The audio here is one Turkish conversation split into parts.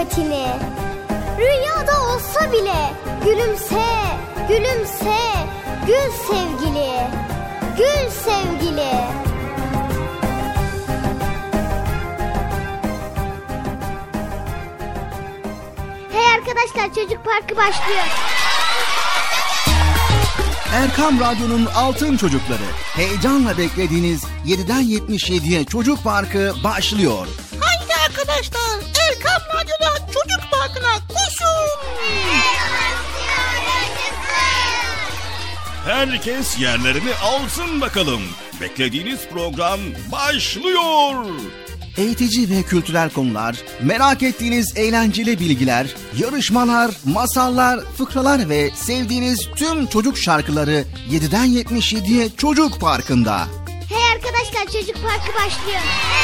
hasretini. Rüyada olsa bile gülümse, gülümse, gül sevgili, gül sevgili. Hey arkadaşlar, Çocuk Parkı başlıyor. Erkam Radyo'nun Altın Çocukları. Heyecanla beklediğiniz 7'den 77'ye Çocuk Parkı başlıyor. Haydi arkadaşlar, Erkam Radyo'da Çocuk Parkı'na koşun. Herkes yerlerini alsın bakalım. Beklediğiniz program başlıyor. Eğitici ve kültürel konular, merak ettiğiniz eğlenceli bilgiler, yarışmalar, masallar, fıkralar ve sevdiğiniz tüm çocuk şarkıları 7'den 77'ye Çocuk Parkı'nda. Hey arkadaşlar, Çocuk Parkı başlıyor.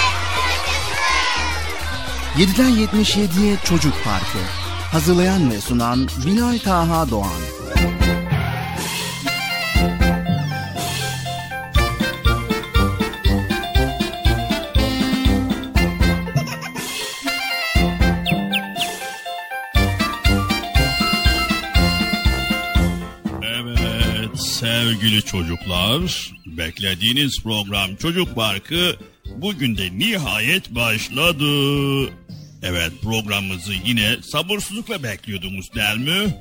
7'den 77'ye Çocuk Parkı. Hazırlayan ve sunan Bilal Taha Doğan. Sevgili çocuklar, beklediğiniz program Çocuk Parkı bugün de nihayet başladı. Evet, programımızı yine sabırsızlıkla bekliyordunuz değil mi?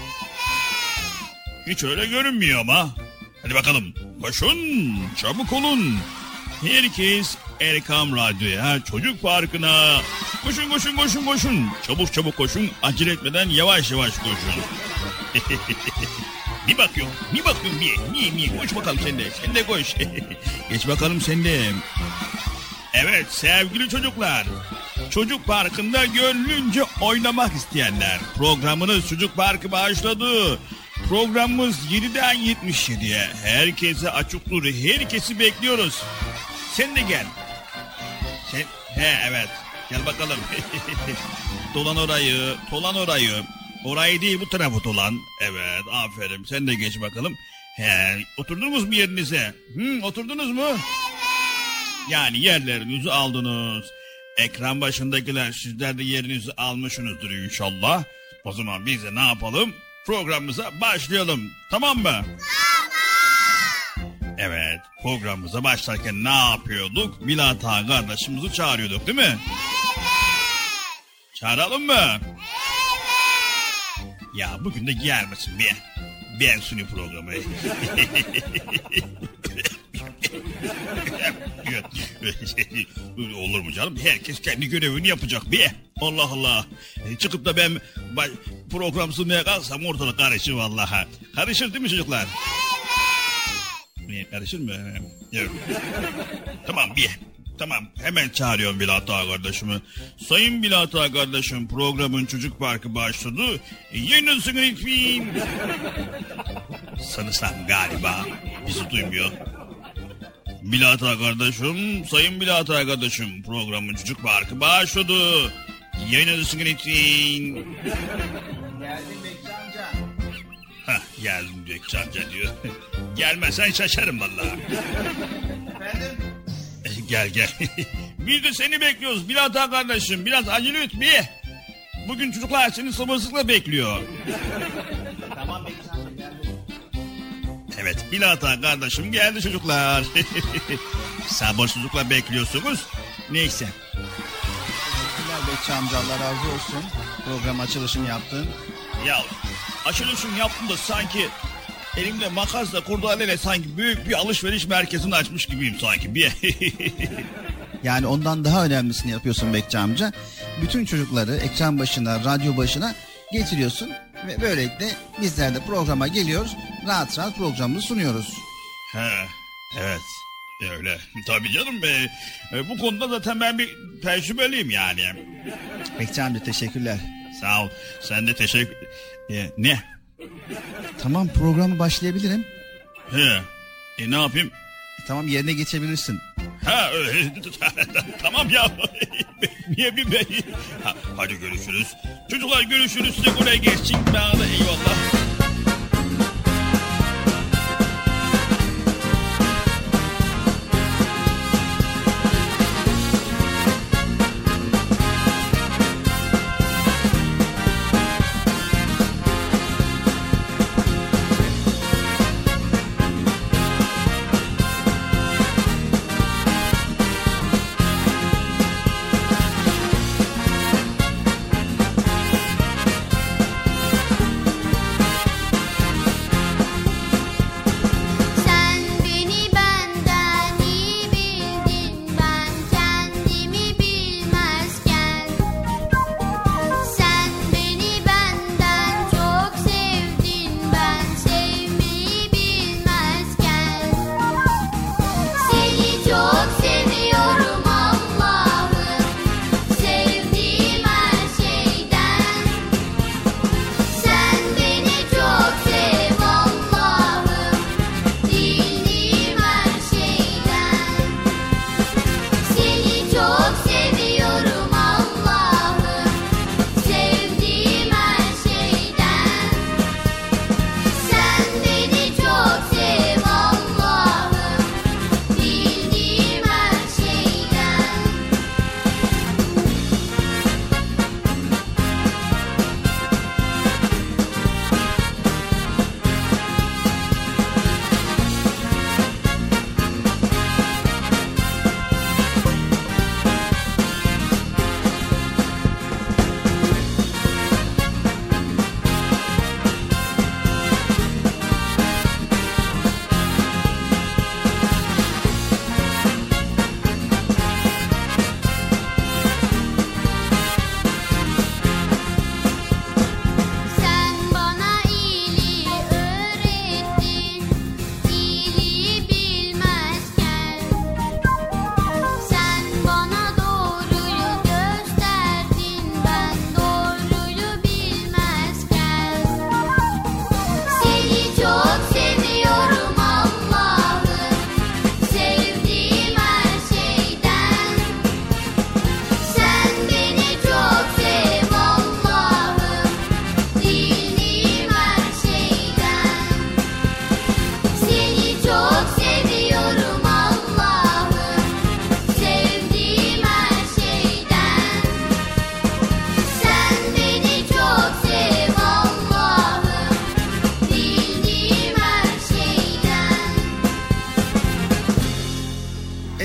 Hiç öyle görünmüyor ama. Hadi bakalım, koşun, çabuk olun. Herkes Erkam Radyo'ya, Çocuk Parkı'na. Koşun, koşun, koşun, koşun. Çabuk çabuk koşun, acele etmeden yavaş yavaş koşun. Bir bakıyorum bir koş bakalım sen de koş. Geç bakalım sen de. Evet sevgili çocuklar, Çocuk Parkı'nda gönlünce oynamak isteyenler, programınız Çocuk Parkı başladı. Programımız 7'den 77'ye, herkese açık dur, herkesi bekliyoruz. Sen de gel. Evet, gel bakalım. Dolan orayı. Orayı değil, bu tarafı dolan. Evet, aferin. Sen de geç bakalım. Oturdunuz mu yerinize? Oturdunuz mu? Yani yerlerinizi aldınız. Ekran başındakiler, sizler de yerinizi almışsınızdır inşallah. O zaman biz de ne yapalım? Programımıza başlayalım. Tamam mı? Evet, programımıza başlarken ne yapıyorduk? Milat Ağa kardeşimizi çağırıyorduk değil mi? Çağıralım mı? Ya bugün de gelmesin be. Ben suni programı. Olur mu canım? Herkes kendi görevini yapacak be. Allah Allah. Çıkıp da ben program sunmaya kalksam ortalık karışır vallahi. Karışır değil mi çocuklar? Karışır mı? Evet. Tamam be. Tamam, hemen çağırıyorum Bilat Ağa kardeşimi. Sayın Bilat Ağa kardeşim, programın Çocuk Parkı başladı. Yayınlasın lütfen. Sanırsam galiba bizi duymuyor. Bilat Ağa kardeşim, Sayın Bilat Ağa kardeşim, programın Çocuk Parkı başladı. Yayınlasın lütfen. Geldim Bekçi amca. Geldim Bekçi amca diyor. Gelmezsen şaşarım vallahi. Efendim? Gel. Biz de seni bekliyoruz Bilat Ağa kardeşim. Biraz acele et bir. Bugün çocuklar seni sabırsızlıkla bekliyor. Tamam Bekçi amca, geldim. Evet, Bilat Ağa kardeşim geldi çocuklar. Sabırsızlıkla bekliyorsunuz. Neyse. Teşekkürler Bekçi amca, Allah razı olsun. Program açılışını yaptın. Ya açılışını yaptım da sanki elimde makasla kurdaleyle sanki büyük bir alışveriş merkezini açmış gibiyim sanki. Yani ondan daha önemlisini yapıyorsun Bekçi amca. Bütün çocukları ekran başına, radyo başına getiriyorsun. Ve böylelikle bizler de programa geliyoruz. Rahat rahat programımızı sunuyoruz. Evet. Öyle. Tabii canım be. Bu konuda zaten ben bir tecrübeliyim yani. Bekçi amca teşekkürler. Sağ ol. Sen de teşekkür... Ne? Tamam, programı başlayabilirim. Ne yapayım? Tamam, yerine geçebilirsin. Tamam ya. Niye bir bey? Hadi görüşürüz. Çocuklar görüşürüz. Size oraya geçsin. Bana da eyvallah.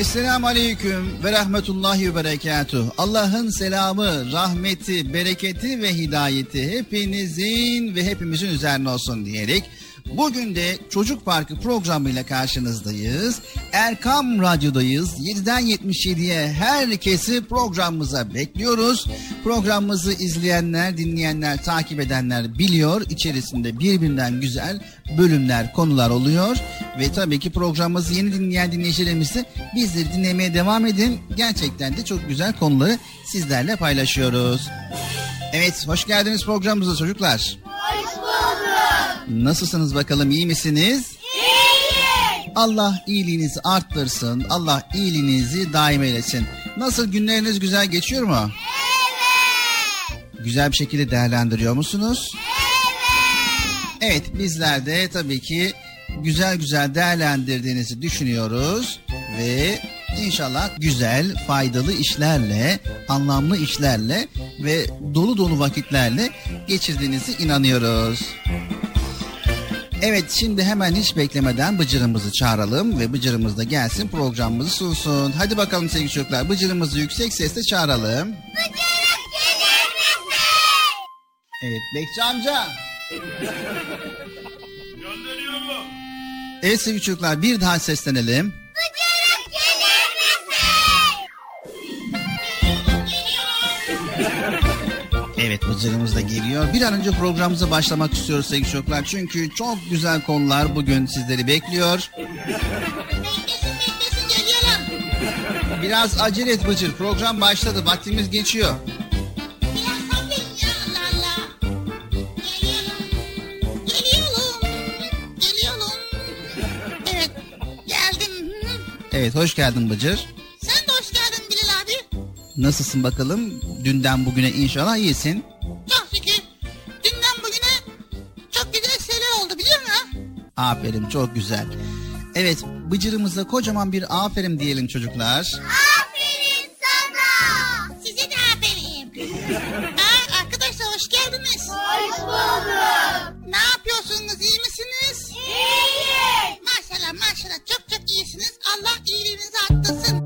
Esselamu Aleyküm ve Rahmetullahi ve Berekatuh. Allah'ın selamı, rahmeti, bereketi ve hidayeti hepinizin ve hepimizin üzerine olsun diyerek bugün de Çocuk Parkı programıyla karşınızdayız. Erkam Radyo'dayız. 7'den 77'ye herkesi programımıza bekliyoruz. Programımızı izleyenler, dinleyenler, takip edenler biliyor. İçerisinde birbirinden güzel bölümler, konular oluyor. Ve tabii ki programımızı yeni dinleyen dinleyicilerimiz de bizleri dinlemeye devam edin. Gerçekten de çok güzel konuları sizlerle paylaşıyoruz. Evet, hoş geldiniz programımıza çocuklar. Hoş bulduk. Nasılsınız bakalım, iyi misiniz? İyiyim. Allah iyiliğinizi arttırsın. Allah iyiliğinizi daim eylesin. Nasıl, günleriniz güzel geçiyor mu? Evet. Güzel bir şekilde değerlendiriyor musunuz? Evet. Evet, bizler de tabii ki güzel güzel değerlendirdiğinizi düşünüyoruz. Ve inşallah güzel, faydalı işlerle, anlamlı işlerle ve dolu dolu vakitlerle geçirdiğinizi inanıyoruz. Evet, şimdi hemen hiç beklemeden Bıcır'ımızı çağıralım ve Bıcır'ımız da gelsin, programımızı sunsun. Hadi bakalım sevgili çocuklar, Bıcır'ımızı yüksek sesle çağıralım. Bıcırık gelir misin? Evet, Bekçi amca. Gönderiyorum. Evet sevgili çocuklar, bir daha seslenelim. Bıcırık gelir misin? Evet, Bıcır'ımız da geliyor. Bir an önce programımıza başlamak istiyoruz sevgili çocuklar. Çünkü çok güzel konular bugün sizleri bekliyor. Beklesin geliyorum. Biraz acele et Bıcır. Program başladı. Vaktimiz geçiyor. Biraz sabredin ya, Allah Allah. Geliyorum. Evet, geldim. Evet, hoş geldin Bıcır. Sen de hoş geldin Bilal abi. Nasılsın bakalım? Dünden bugüne inşallah iyisin. Çok şükür. Dünden bugüne çok güzel şeyler oldu biliyor musun? Aferin, çok güzel. Evet, Bıcır'ımıza kocaman bir aferin diyelim çocuklar. Aferin sana. Size de aferin. Arkadaşlar hoş geldiniz. Hoş bulduk. Ne yapıyorsunuz, iyi misiniz? İyiyim. Maşallah çok iyisiniz. Allah iyiliğinizi arttırsın.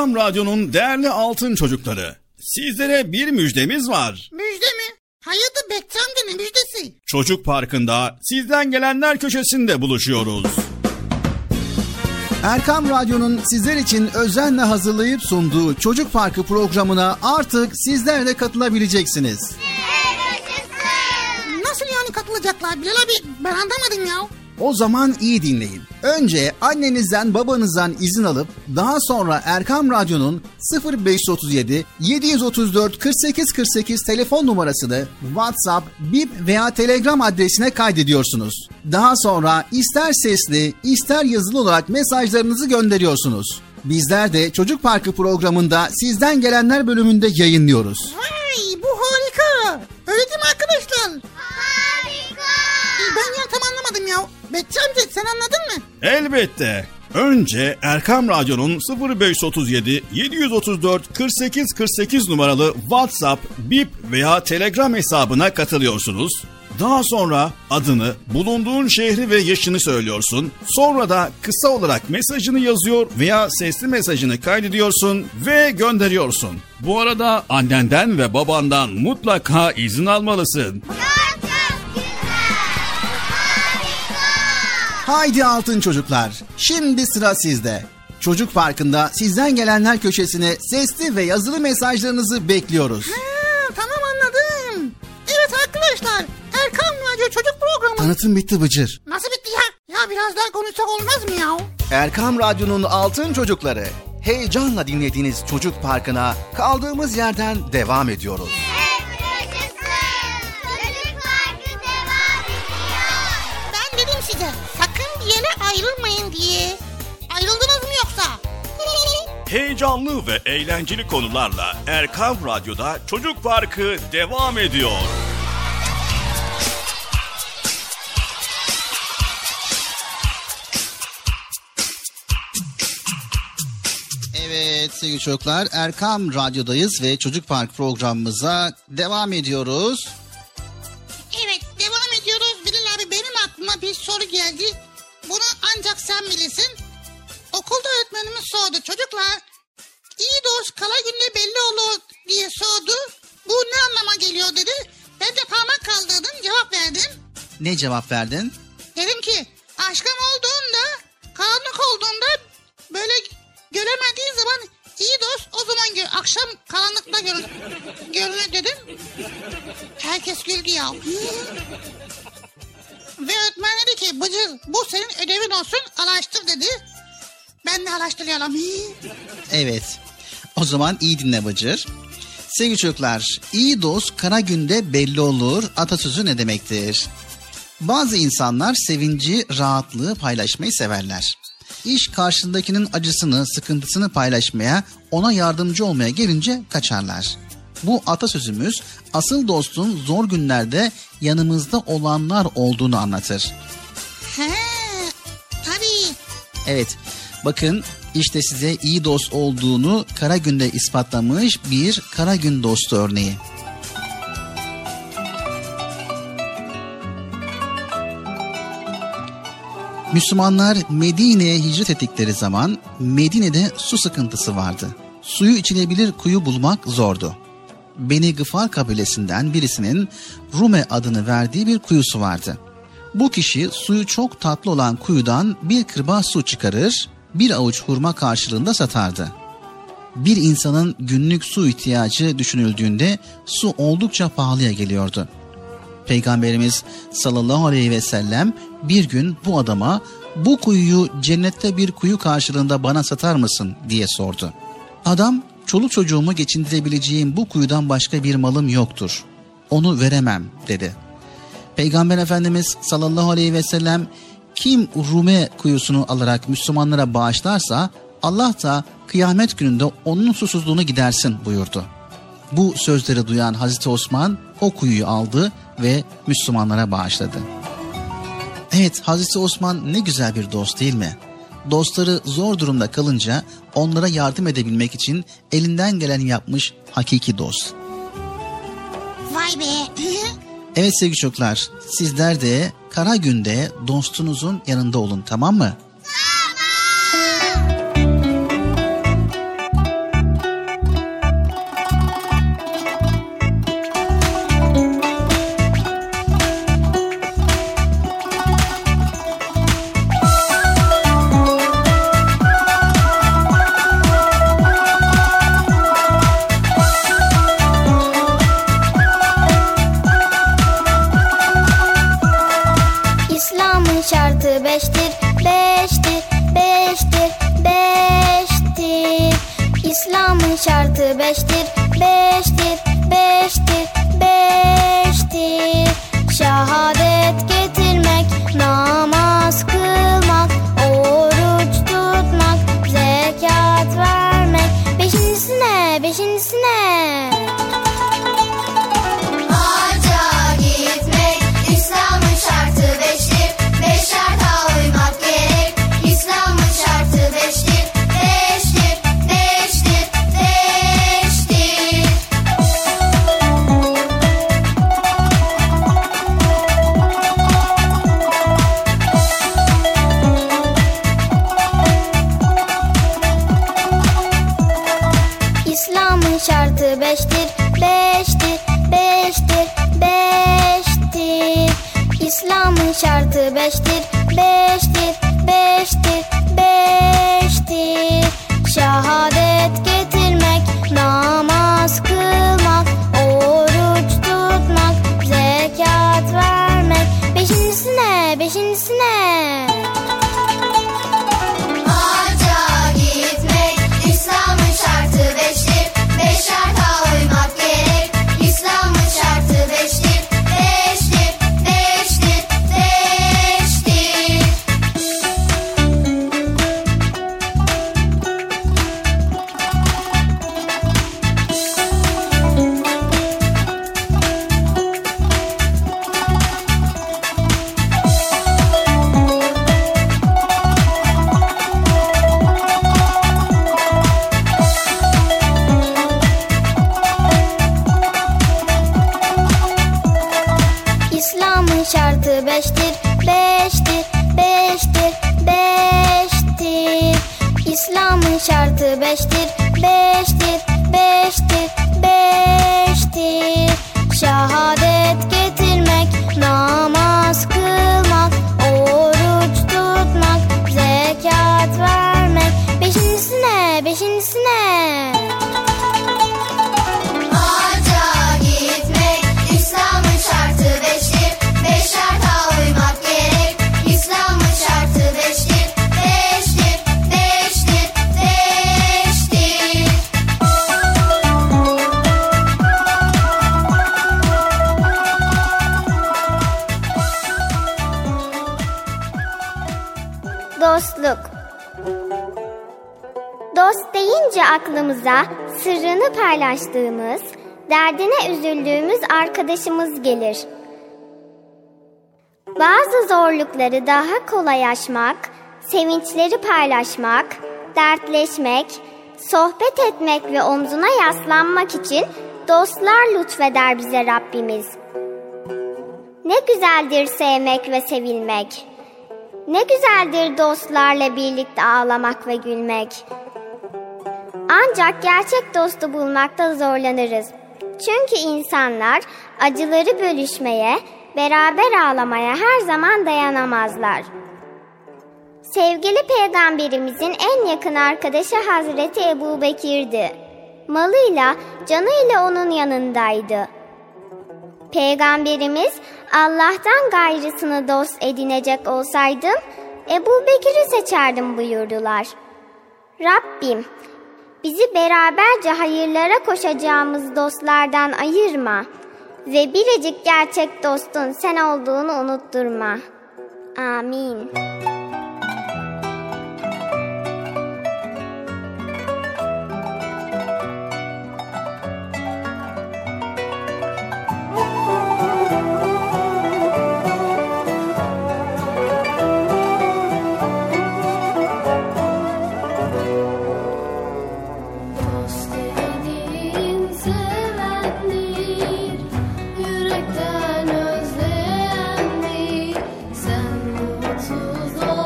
Erkam Radyo'nun değerli altın çocukları, sizlere bir müjdemiz var. Müjde mi? Hayırdır Bekçi amca, ne müjdesi? Çocuk Parkı'nda sizden gelenler köşesinde buluşuyoruz. Erkam Radyo'nun sizler için özenle hazırlayıp sunduğu Çocuk Parkı programına artık sizler de katılabileceksiniz. Nasıl yani katılacaklar Bilal abi? Ben anlamadım ya. O zaman iyi dinleyin. Önce annenizden babanızdan izin alıp daha sonra Erkam Radyo'nun 0537 734 48 48 telefon numarasını WhatsApp, Bip veya Telegram adresine kaydediyorsunuz. Daha sonra ister sesli ister yazılı olarak mesajlarınızı gönderiyorsunuz. Bizler de Çocuk Parkı programında sizden gelenler bölümünde yayınlıyoruz. Vay, bu harika. Öyle değil mi arkadaşlar? Harika. Ben ya tam anlamadım ya. Bekçi amca sen anladın mı? Elbette. Önce Erkam Radyo'nun 0537 734 48 48 numaralı WhatsApp, Bip veya Telegram hesabına katılıyorsunuz. Daha sonra adını, bulunduğun şehri ve yaşını söylüyorsun. Sonra da kısa olarak mesajını yazıyor veya sesli mesajını kaydediyorsun ve gönderiyorsun. Bu arada annenden ve babandan mutlaka izin almalısın. Haydi altın çocuklar, şimdi sıra sizde. Çocuk Parkı'nda sizden gelenler köşesine sesli ve yazılı mesajlarınızı bekliyoruz. Tamam anladım. Evet arkadaşlar, Erkam Radyo Çocuk Programı. Tanıtım bitti Bıcır. Nasıl bitti ya? Ya biraz daha konuşsak olmaz mı ya? Erkam Radyo'nun altın çocukları, heyecanla dinlediğiniz Çocuk Parkı'na kaldığımız yerden devam ediyoruz. Ben dedim size, sakın bir yere ayrılmayın diye. Ayrıldınız mı yoksa? Heyecanlı ve eğlenceli konularla Erkam Radyo'da Çocuk Parkı devam ediyor. Evet sevgili çocuklar, Erkam Radyo'dayız ve Çocuk Park programımıza devam ediyoruz. Evet, devam ediyoruz. Bilal abi, benim aklıma bir soru geldi. Bunu ancak sen bilirsin. Okulda öğretmenimiz sordu. Çocuklar, iyi dost kala günde belli olur diye sordu. Bu ne anlama geliyor dedi. Ben de parmak kaldırdım, cevap verdim. Ne cevap verdin? Dedim ki, aşkım olduğunda, karanlık olduğunda böyle göremediği zaman iyi dost o zaman akşam karanlıkta görünür dedim. Herkes güldü ya. Ve öğretmen dedi ki, Bıcır bu senin ödevin olsun, araştır dedi. Ben de araştırıyorum. Evet. O zaman iyi dinle Bıcır. Sevgili çocuklar, iyi dost kara günde belli olur atasözü ne demektir? Bazı insanlar sevinci, rahatlığı paylaşmayı severler. İş karşındakinin acısını, sıkıntısını paylaşmaya, ona yardımcı olmaya gelince kaçarlar. Bu atasözümüz asıl dostun zor günlerde yanımızda olanlar olduğunu anlatır. He, tabii. Evet, bakın işte size iyi dost olduğunu kara günde ispatlamış bir kara gün dostu örneği. Müslümanlar Medine'ye hicret ettikleri zaman Medine'de su sıkıntısı vardı. Suyu içilebilir kuyu bulmak zordu. Beni Gıfar kabilesinden birisinin Rume adını verdiği bir kuyusu vardı. Bu kişi suyu çok tatlı olan kuyudan bir kırbaç su çıkarır, bir avuç hurma karşılığında satardı. Bir insanın günlük su ihtiyacı düşünüldüğünde su oldukça pahalıya geliyordu. Peygamberimiz sallallahu aleyhi ve sellem bir gün bu adama bu kuyuyu cennette bir kuyu karşılığında bana satar mısın diye sordu. Adam, çoluk çocuğumu geçindirebileceğim bu kuyudan başka bir malım yoktur. Onu veremem dedi. Peygamber Efendimiz sallallahu aleyhi ve sellem kim Rume kuyusunu alarak Müslümanlara bağışlarsa Allah da kıyamet gününde onun susuzluğunu gidersin buyurdu. Bu sözleri duyan Hazreti Osman o kuyuyu aldı ve Müslümanlara bağışladı. Evet, Hazreti Osman ne güzel bir dost değil mi? Dostları zor durumda kalınca onlara yardım edebilmek için elinden geleni yapmış hakiki dost. Vay be. Evet sevgili çocuklar, sizler de kara günde dostunuzun yanında olun, tamam mı? şartı beştir, beştir, beştir, beştir. İslam'ın şartı beştir, beştir, beştir, beştir. Şehadet getirmek, namaz kılmak, oruç tutmak, zekat vermek. Beşincisi ne? Beşincisi ne? Hacca gitmek, İslam'ın şartı beştir. Beş şarta uymak gerek, İslam'ın şartı beştir. Beştir, beştir, beştir. İslam'ın şartı beştir, beştir, beştir, beştir. İslam'ın şartı beştir, beştir, beştir, beştir. Şehadet getirmek, namaz kılmak, oruç tutmak, zekat vermek. Beşincisi ne? Beşincisi ne? Hacca gitmek, İslam'ın şartı beştir. Beş şarta uymak gerek, İslam'ın şartı beştir. Beştir, beştir, beştir. İslam'ın şartı beştir, beştir, beştir, beştir. İslam'ın şartı beştir, beştir, beştir, beştir. Şehadet getirmek, namaz kılmak, oruç tutmak, zekat vermek. Beşincisi ne? Beşincisi ne? Hacca gitmek, İslam'ın şartı beştir. Beş şarta uymak gerek, İslam'ın şartı beştir. Beştir, beştir, beştir. Dostluk. Dost deyince aklımıza sırrını paylaştığımız, derdine üzüldüğümüz arkadaşımız gelir. Bazı zorlukları daha kolay aşmak, sevinçleri paylaşmak, dertleşmek, sohbet etmek ve omzuna yaslanmak için dostlar lütfeder bize Rabbimiz. Ne güzeldir sevmek ve sevilmek. Ne güzeldir dostlarla birlikte ağlamak ve gülmek. Ancak gerçek dostu bulmakta zorlanırız. Çünkü insanlar acıları bölüşmeye, beraber ağlamaya her zaman dayanamazlar. Sevgili Peygamberimizin en yakın arkadaşı Hazreti Ebubekir'di. Malıyla, canıyla onun yanındaydı. Peygamberimiz, Allah'tan gayrısını dost edinecek olsaydım, Ebubekir'i seçerdim buyurdular. Rabbim, bizi beraberce hayırlara koşacağımız dostlardan ayırma ve biricik gerçek dostun sen olduğunu unutturma. Amin. Yürekten özleyendir, sen mutsuz ol.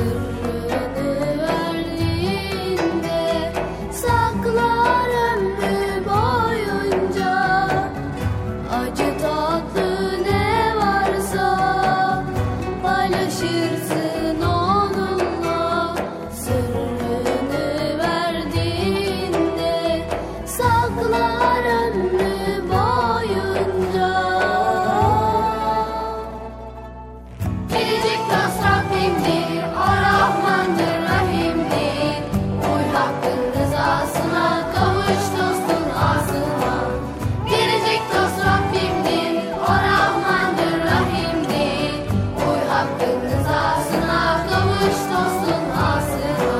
sırrını verdiğinde saklar ömrü boyunca acı tatlı ne varsa paylaşırsın onunla sırrını verdiğinde saklar ömrü boyunca. Biricik dost Rabbimdir, o Rahmandır, Rahim'dir. Uy hakkın rızasına, kavuş dostun ağzına. Biricik dost Rabbimdir, o Rahmandır, Rahim'dir. Uy hakkın rızasına, kavuş dostun ağzına.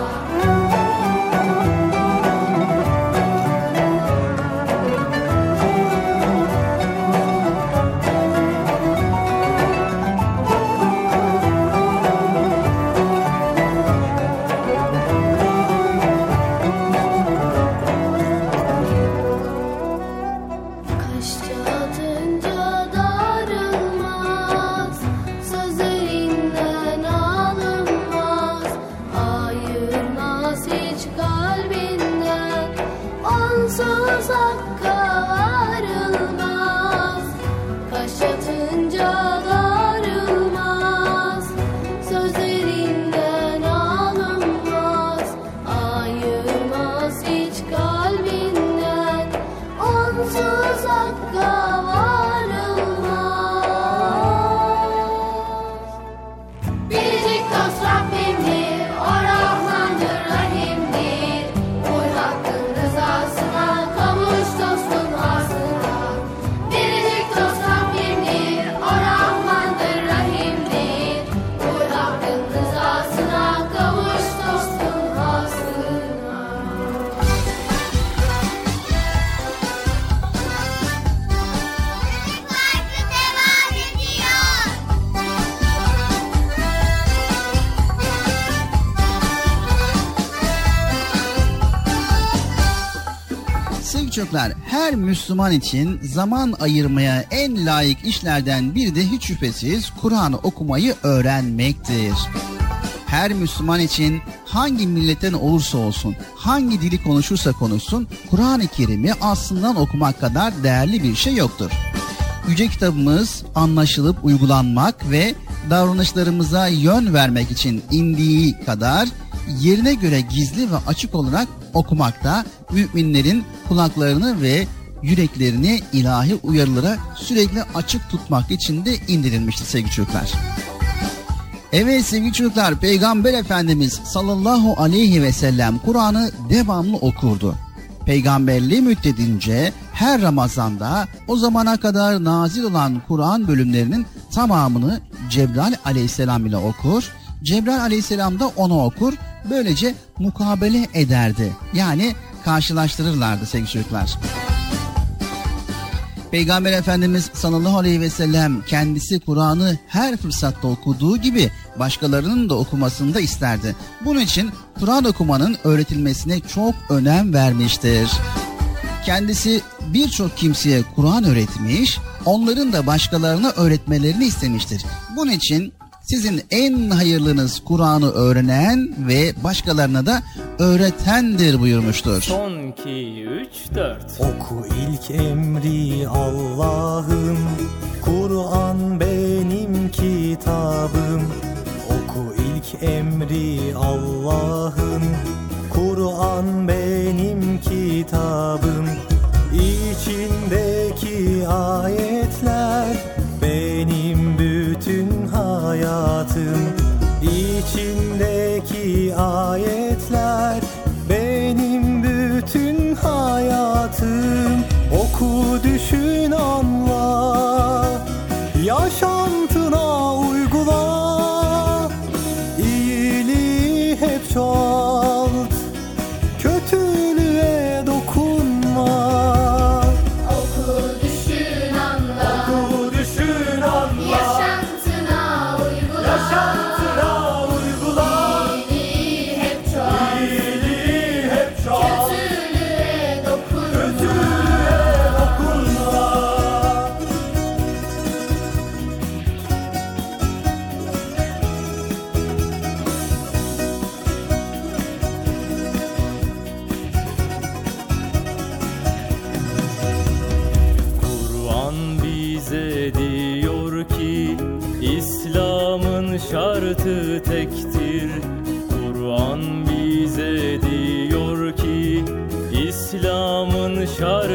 Kaş çatınca darılmaz, sözlerinden alınmaz, ayırmaz hiç kalbinden, onsuz hakka varılmaz. Kaş çatınca darılmaz, sözlerinden alınmaz, ayırmaz hiç kalbinden, onsuz hakka varılmaz. Biricik dost Rabbimdir, o Rahmandır, Rahim'dir. Uy hakkın rızasına, kavuş dostun ağzına. Biricik dost Rabbimdir, o Rahmandır, Rahim'dir. Uy hakkın rızasına, kavuş dostun ağzına. Devam ediyor. Sevgili çocuklar, her Müslüman için zaman ayırmaya en layık işlerden biri de hiç şüphesiz Kur'an'ı okumayı öğrenmektir. Her Müslüman için hangi milletten olursa olsun, hangi dili konuşursa konuşsun, Kur'an-ı Kerim'i aslından okumak kadar değerli bir şey yoktur. Yüce kitabımız anlaşılıp uygulanmak ve davranışlarımıza yön vermek için indiği kadar yerine göre gizli ve açık olarak okumakta, müminlerin kulaklarını ve yüreklerini ilahi uyarılara sürekli açık tutmak için de indirilmiştir sevgili çocuklar. Evet sevgili çocuklar, Peygamber Efendimiz sallallahu aleyhi ve sellem Kur'an'ı devamlı okurdu. Peygamberliği müddettince her Ramazan'da o zamana kadar nazil olan Kur'an bölümlerinin tamamını Cebrail aleyhisselam ile okur, Cebrail aleyhisselam da onu okur, böylece mukabele ederdi. Yani karşılaştırırlardı sevgili çocuklar. Peygamber Efendimiz sallallahu aleyhi ve sellem kendisi Kur'an'ı her fırsatta okuduğu gibi başkalarının da okumasını da isterdi. Bunun için Kur'an okumanın öğretilmesine çok önem vermiştir. Kendisi birçok kimseye Kur'an öğretmiş, onların da başkalarına öğretmelerini istemiştir. Bunun için sizin en hayırlınız Kur'an'ı öğrenen ve başkalarına da öğretendir buyurmuştur. Son 2, 3, 4. Oku ilk emri Allah'ın, Kur'an benim kitabım. Oku ilk emri Allah'ın, Kur'an benim kitabım. İçindeki ayetler benim bütün hayatım. İçindeki ayetler benim bütün hayatım. Oku, düşün, anla, yaşantına uygula. İyiliği hep çoğalt, kötülüğe dokunma. Oku, düşün, anla, Oku, düşün, anla, yaşantına uygula. yaşantına uygula.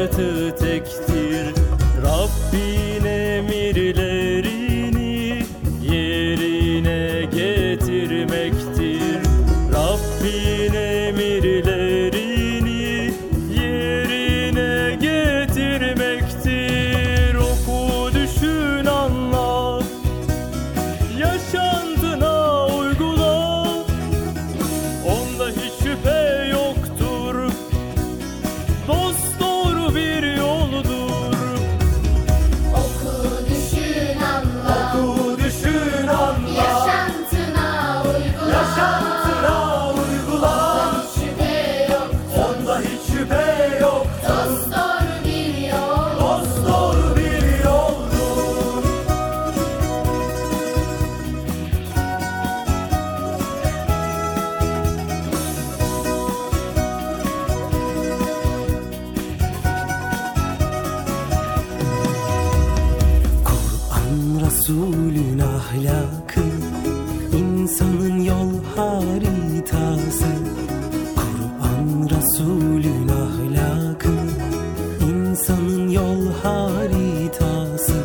hayatı tektir. Rabbin emirlerini yerine getirmektir. Rabbin emirlerini yerine getirmektir. Oku, düşün, anla, yaşantına uygula. Onda hiç şüphe yoktur. Dost doğru bir yoldur. Oku, düşün, anla. Oku, düşün, anla. Yaşantına uygula. Yaşantına uygula. Onda hiç şüphe yoktur. Onda hiç şüphe yoktur. Dost doğru bir yol. Dost doğru bir yoldur. Kur'an Resulün ahlakı, insanın yol haritası. Kur'an Resulün ahlakı, insanın yol haritası.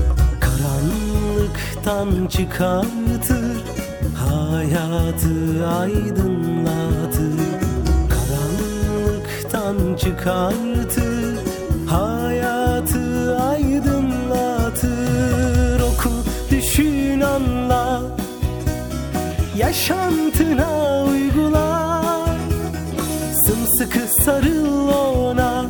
Karanlıktan çıkartır, hayatı aydınlatır. Karanlıktan çıkartır, hayatı aydınlatır. Oku, düşün, anla, yaşantına uygula. Sımsıkı sarıl ona,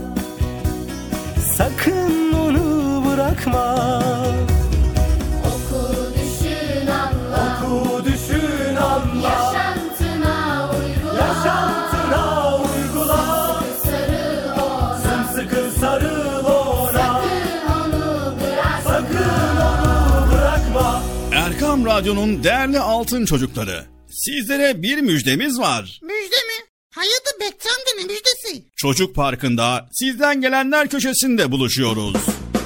sakın onu bırakma. Oku, düşün, anla. Oku, düşün, anla. Yaşantına uygula. Yaşantına uygula. Sarıl ona. Sımsıkı sarıl ona, Sakın onu bırakma. sakın onu bırakma. Erkam Radyo'nun değerli altın çocukları, sizlere bir müjdemiz var. Müjde mi? Hayırdır Bekçam'da ne müjdesi? Çocuk Parkı'nda sizden gelenler köşesinde buluşuyoruz.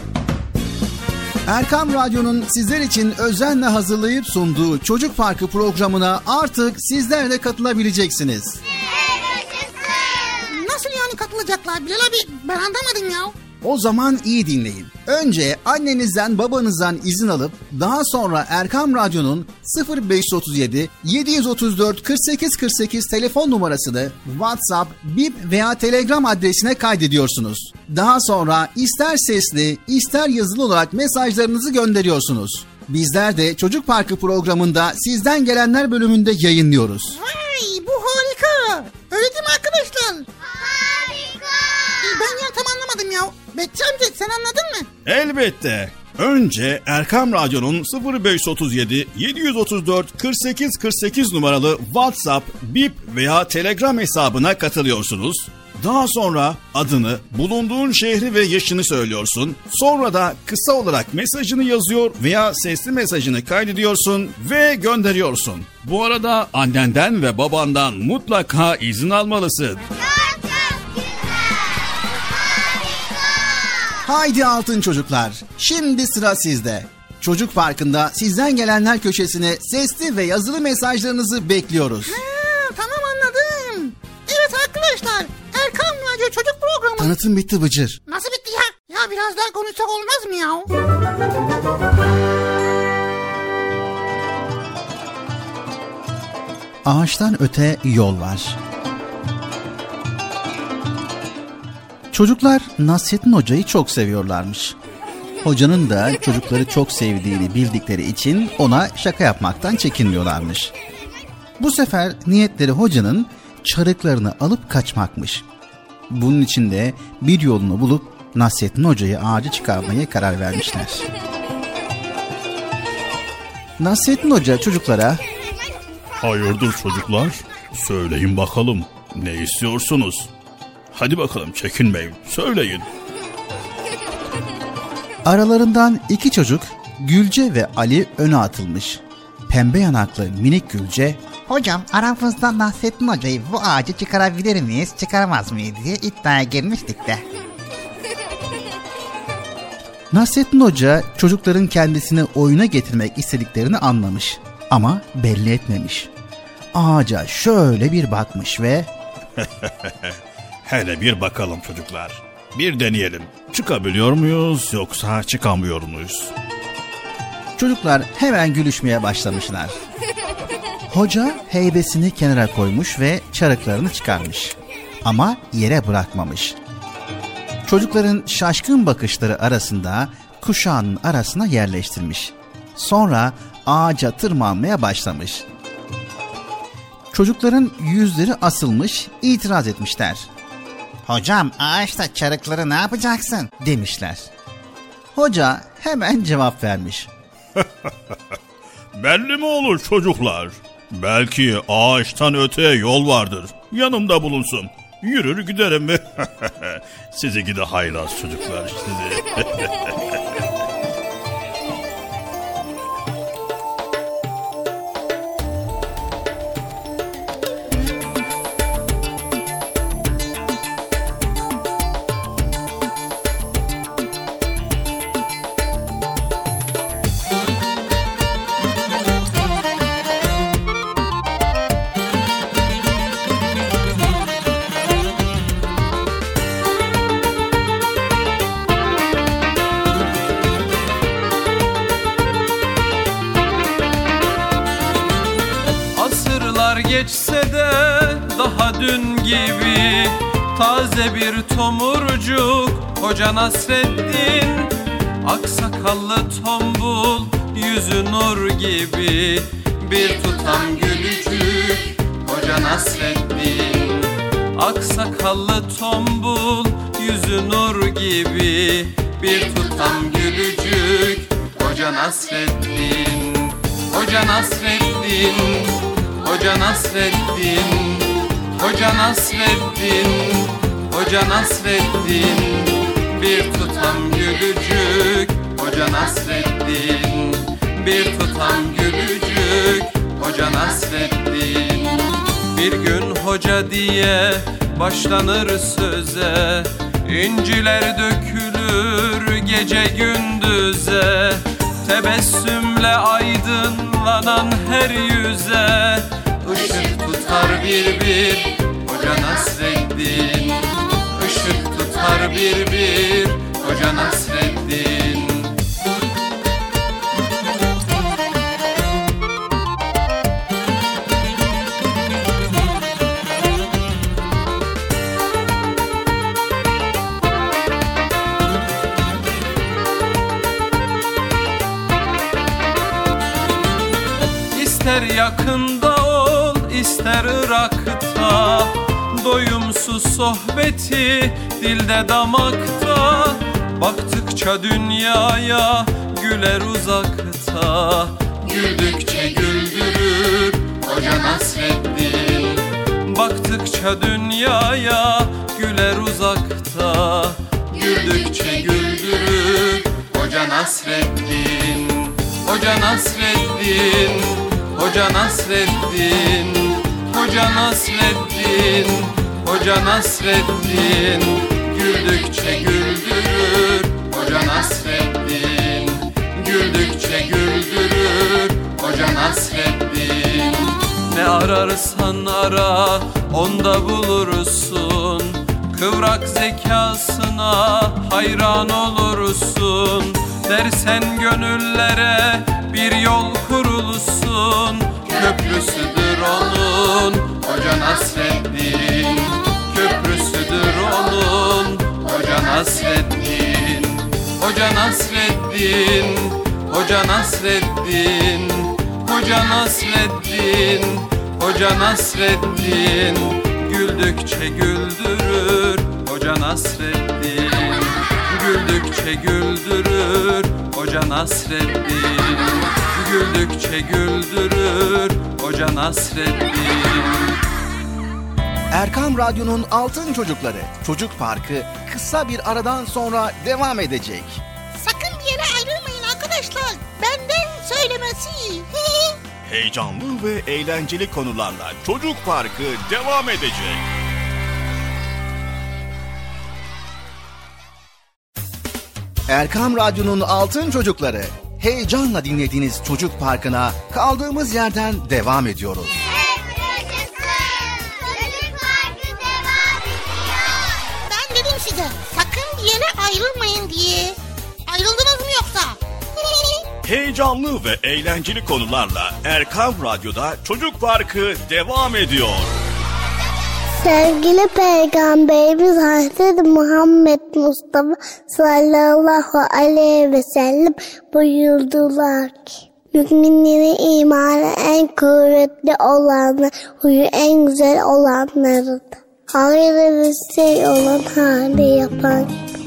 Erkam Radyo'nun sizler için özenle hazırlayıp sunduğu Çocuk Parkı programına artık sizler de katılabileceksiniz. Nasıl yani katılacaklar Bilal abi? Ben anlamadım ya. O zaman iyi dinleyin. Önce annenizden babanızdan izin alıp daha sonra Erkam Radyo'nun 0537 734 48 48 telefon numarasını WhatsApp, Bip veya Telegram adresine kaydediyorsunuz. Daha sonra ister sesli ister yazılı olarak mesajlarınızı gönderiyorsunuz. Bizler de Çocuk Parkı programında sizden gelenler bölümünde yayınlıyoruz. Vay bu harika. Öyle değil mi arkadaşlar? Harika. Ben ya tam anlamadım ya. Bekçamcı sen anladın mı? Elbette. Önce Erkam Radyo'nun 0537 734 48 48 numaralı WhatsApp, Bip veya Telegram hesabına katılıyorsunuz. Daha sonra adını, bulunduğun şehri ve yaşını söylüyorsun. Sonra da kısa olarak mesajını yazıyor veya sesli mesajını kaydediyorsun ve gönderiyorsun. Bu arada annenden ve babandan mutlaka izin almalısın. Haydi altın çocuklar, şimdi sıra sizde. Çocuk Parkı'nda sizden gelenler köşesine sesli ve yazılı mesajlarınızı bekliyoruz. Tamam anladım. Evet arkadaşlar Erkam Radyo Çocuk Programı. Tanıtım bitti Bıcır. Nasıl bitti ya? Ya biraz daha konuşsak olmaz mı ya? Ağaçtan öte yol var. Çocuklar Nasrettin Hoca'yı çok seviyorlarmış. Hocanın da çocukları çok sevdiğini bildikleri için ona şaka yapmaktan çekinmiyorlarmış. Bu sefer niyetleri hocanın çarıklarını alıp kaçmakmış. Bunun için de bir yolunu bulup Nasrettin Hoca'yı ağaca çıkarmaya karar vermişler. Nasrettin Hoca çocuklara Hayırdır çocuklar? Söyleyin bakalım. Ne istiyorsunuz? Hadi bakalım çekinmeyin. Söyleyin. Aralarından iki çocuk Gülce ve Ali öne atılmış. Pembe yanaklı minik Gülce, "Hocam aramızda Nasrettin Hoca'yı bu ağaca çıkarabilir miyiz, çıkaramaz mıyız diye iddiaya girmiştik de." Nasrettin Hoca çocukların kendisini oyuna getirmek istediklerini anlamış ama belli etmemiş. Ağaca şöyle bir bakmış ve Hele bir bakalım çocuklar. Bir deneyelim. Çıkabiliyor muyuz yoksa çıkamıyor muyuz? Çocuklar hemen gülüşmeye başlamışlar. Hoca heybesini kenara koymuş ve çarıklarını çıkarmış. Ama yere bırakmamış. Çocukların şaşkın bakışları arasında kuşağının arasına yerleştirmiş. Sonra ağaca tırmanmaya başlamış. Çocukların yüzleri asılmış, itiraz etmişler. Hocam ağaçta çarıkları ne yapacaksın? Demişler. Hoca hemen cevap vermiş. Belli mi olur çocuklar? Belki ağaçtan öteye yol vardır. Yanımda bulunsun. Yürür giderim mi? Sizi gidi haylaz çocuklar sizi. Geçse de daha dün gibi taze bir tomurcuk Hoca Nasreddin. Aksakallı tombul yüzü nur gibi bir tutam gülücük Hoca Nasreddin. Aksakallı tombul yüzü nur gibi bir tutam gülücük Hoca Nasreddin. Hoca Nasreddin, Hoca Nasreddin, Hoca Nasreddin, Hoca Nasreddin, bir tutam gülücük Hoca Nasreddin, bir tutam gülücük Hoca Nasreddin. Bir gün hoca diye başlanır söze, İnciler dökülür gece gündüze, tebessümle aydınlanan her yüze Işık tutar bir bir Hoca Nasreddin. Işık tutar bir bir Hoca Nasreddin. İster yakında ol, ister Irak'ta, doyumsuz sohbeti dilde damakta. Baktıkça dünyaya güler uzakta, güldükçe güldürür Hoca Nasreddin. Baktıkça dünyaya güler uzakta, güldükçe güldürür Hoca Nasreddin. Hoca Nasreddin, Hoca Nasreddin, Hoca Nasreddin, Hoca Nasreddin, güldükçe güldürür Hoca Nasreddin. Güldükçe güldürür Hoca Nasreddin. Ne ararsan ara onda bulursun, kıvrak zekasına hayran olursun. Dersen gönüllere bir yol kurulsun, köprüsüdür onun Hoca Nasreddin. Köprüsüdür onun Hoca Nasreddin. Hoca Nasreddin, Hoca Nasreddin, Hoca Nasreddin, Hoca Nasreddin, güldükçe güldürür Hoca Nasreddin. Güldükçe güldürür Hoca Nasreddin. Güldükçe güldürür Hoca Nasreddin. Erkam Radyo'nun Altın Çocukları Çocuk Parkı kısa bir aradan sonra devam edecek. Sakın bir yere ayrılmayın arkadaşlar. Benden söylemesi. Heyecanlı ve eğlenceli konularla Çocuk Parkı devam edecek. Erkam Radyo'nun Altın Çocukları, heyecanla dinlediğiniz Çocuk Parkı'na kaldığımız yerden devam ediyoruz. Ben dedim size, sakın Heyecanlı ve eğlenceli konularla Erkam Radyo'da Çocuk Parkı devam ediyor. Sevgili Peygamberimiz Hazreti Muhammed Mustafa sallallahu aleyhi ve sellem buyurdular ki müminlerin imanı en kuvvetli olanlar, huyu en güzel olanlarıdır. Hayırlı bir şey olan hali yapan.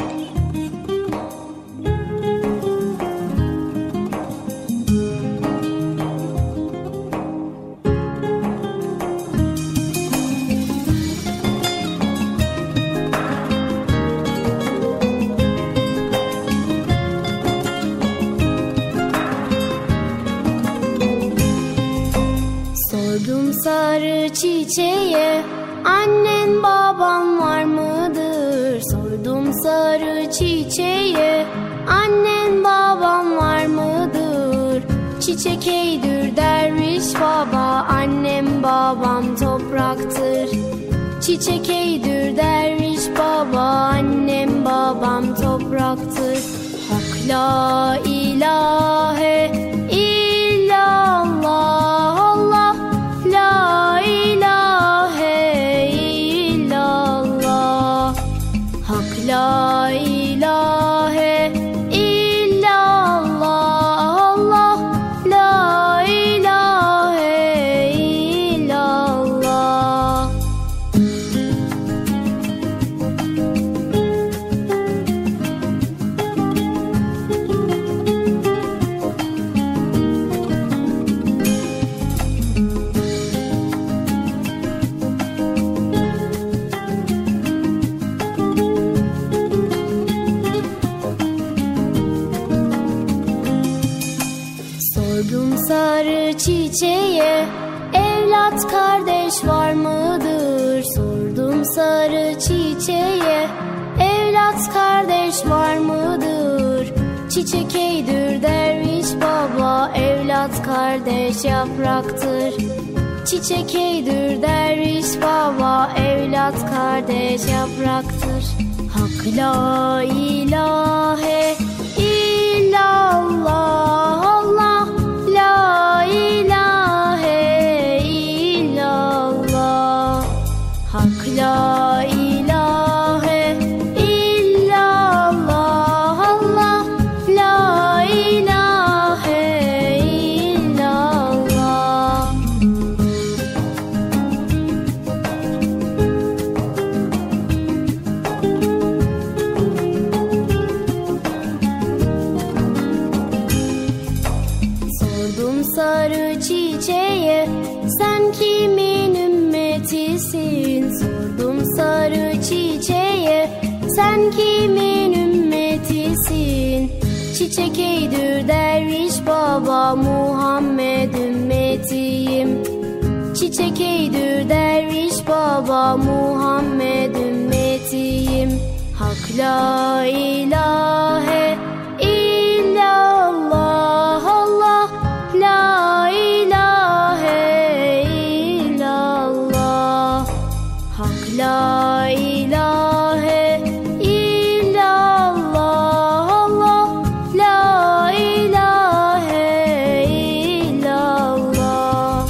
Sordum sarı çiçeğe, annen baban var mıdır? Sordum sarı çiçeğe, annen baban var mıdır? Çiçek eydür derviş baba, annem babam topraktır. Çiçek eydür derviş baba, annem babam topraktır. Hak la ilahe illallah, Allah la ilahe illallah. Hak la ilahe illallah, Allah la ilahe illallah. Sordum sarı çiçeğe, evlat kardeş var mıdır? Sordum sarı çiçeğe, evlat kardeş var mıdır? Çiçek eydür derviş baba, evlat kardeş yapraktır. Çiçek eydür derviş baba, evlat kardeş yapraktır. Hak la ilahe illallah, Allah la ilahe illallah. Hak la ilahe illallah, Allah la ilahe illallah. Sordum sarı çiçeğe, sen kimin ümmetisin? Sordum sarı çiçeğe, sen kimin ümmetisin? Çiçek eydür derviş baba, Muhammed ümmetiyim. Çiçek eydür derviş baba, Muhammed ümmetiyim. Hak la ilahe illallah, Allah la ilahe illallah. Hak la ilahe illallah, Allah la ilahe illallah.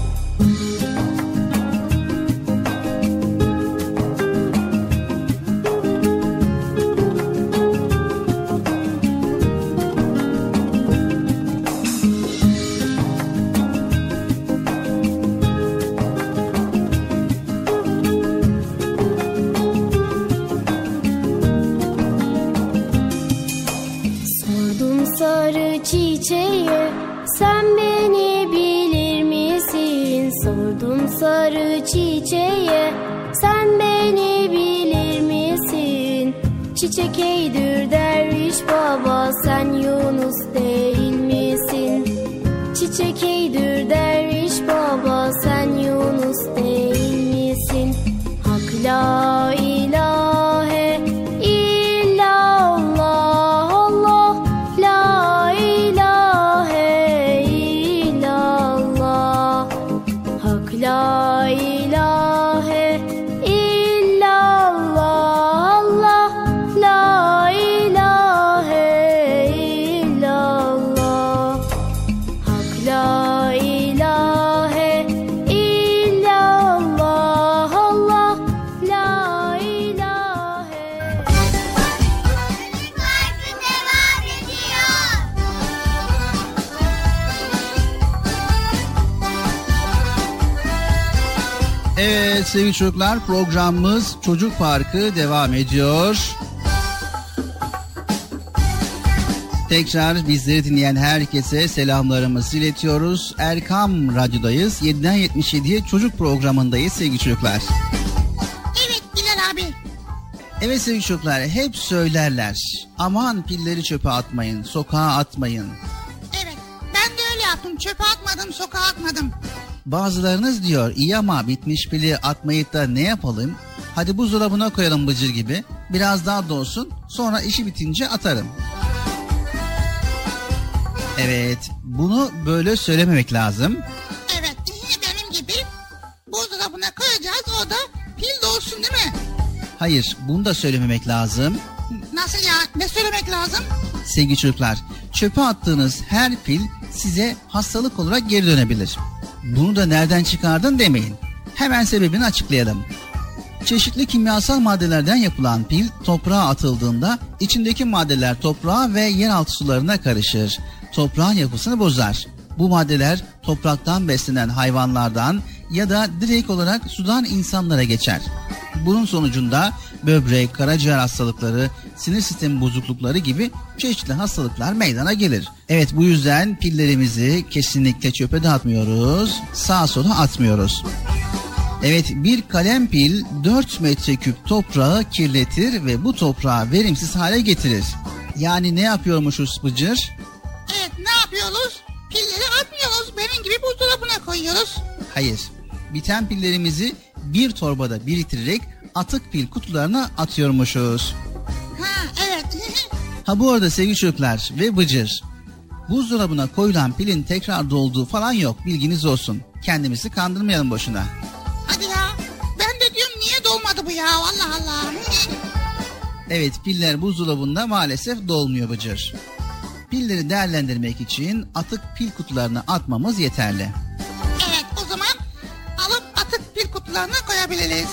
Sordum sarı çiçeğe, sen beni bilir misin? Sordum sarı çiçeğe, sen beni bilir misin? Çiçek eydür derviş baba, sen Yunus değil misin? Çiçek eydür derviş baba, sen Yunus değil misin? Hak la ilahe illallah, Allah la ilahe illallah. Hak la ilahe illallah, Allah la ilahe illallah. Evet sevgili çocuklar, programımız Çocuk Parkı devam ediyor. Tekrar bizleri dinleyen herkese selamlarımızı iletiyoruz. Erkam Radyo'dayız. 7'den 77'ye çocuk programındayız sevgili çocuklar. Evet Bilal abi. Evet sevgili çocuklar, hep söylerler. Aman pilleri çöpe atmayın, sokağa atmayın. Evet, ben de öyle yaptım. Çöpe atmadım, sokağa atmadım. Bazılarınız diyor, iyi ama bitmiş pili atmayıp da ne yapalım? Hadi buzdolabına koyalım bıcır gibi. Biraz daha dolsun, sonra işi bitince atarım. Evet, bunu böyle söylememek lazım. Evet, benim gibi buzdolabına koyacağız, o da pil dolsun değil mi? Hayır, bunu da söylememek lazım. Nasıl ya? Ne söylemek lazım? Sevgili çocuklar, çöpe attığınız her pil size hastalık olarak geri dönebilir. Bunu da nereden çıkardın demeyin. Hemen sebebini açıklayalım. Çeşitli kimyasal maddelerden yapılan pil toprağa atıldığında içindeki maddeler toprağa ve yeraltı sularına karışır. Toprağın yapısını bozar. Bu maddeler topraktan beslenen hayvanlardan ya da direkt olarak sudan insanlara geçer. Bunun sonucunda böbrek, karaciğer hastalıkları, sinir sistemi bozuklukları gibi çeşitli hastalıklar meydana gelir. Evet, bu yüzden pillerimizi kesinlikle çöpe de atmıyoruz, sağa sola atmıyoruz. Evet, bir kalem pil 4 metreküp toprağı kirletir ve bu toprağı verimsiz hale getirir. Yani ne yapıyormuşuz Bıcır? Evet, ne yapıyoruz? Pilleri atmıyoruz, benim gibi buzdolabına koyuyoruz. Hayır, biten pillerimizi bir torbada biriktirerek atık pil kutularına atıyormuşuz. Ha, evet. Ha bu arada sevgili çocuklar ve Bıcır, buzdolabına koyulan pilin tekrar dolduğu falan yok, bilginiz olsun. Kendimizi kandırmayalım boşuna. Hadi ya, ben de diyorum niye dolmadı bu ya, Allah Allah. Evet, piller buzdolabında maalesef dolmuyor Bıcır. Pilleri değerlendirmek için atık pil kutularına atmamız yeterli. Evet, o zaman alıp atık pil kutularına koyabiliriz.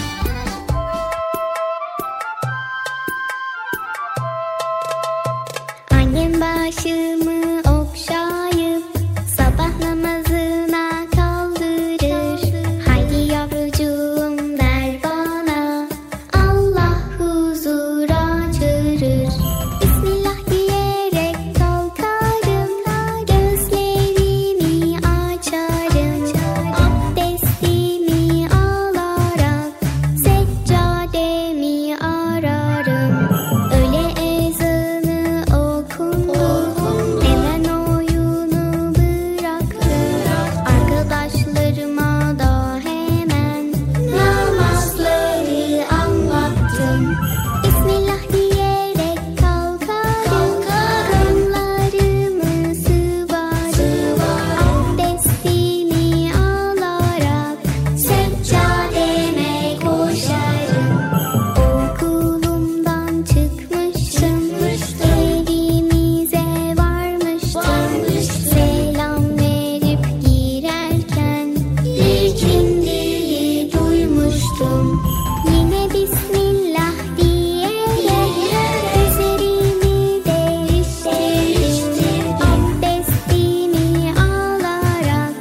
Annem başımı okşayıp sabah namazına kaldırır. Haydi yavrucuğum der bana, Allah huzura çağırır. Bismillah diyerek kalkarım, gözlerimi açarım. Abdestimi alarak seccademi ararım. Öyle ezanı okundu, hemen oyunu bıraktım. Arkadaşlarıma da hemen namazları anlattım. Bismillah diyerek kalkarım, kollarımı sıvarım. Abdestimi alarak seccademe koşarım. Okulumdan çıkmıştım, evimize varmıştım. Selam verip girerken ikindiyi duymuştum. Yine Bismillah diyerek üzerimi değiştirdim. Abdestimi alarak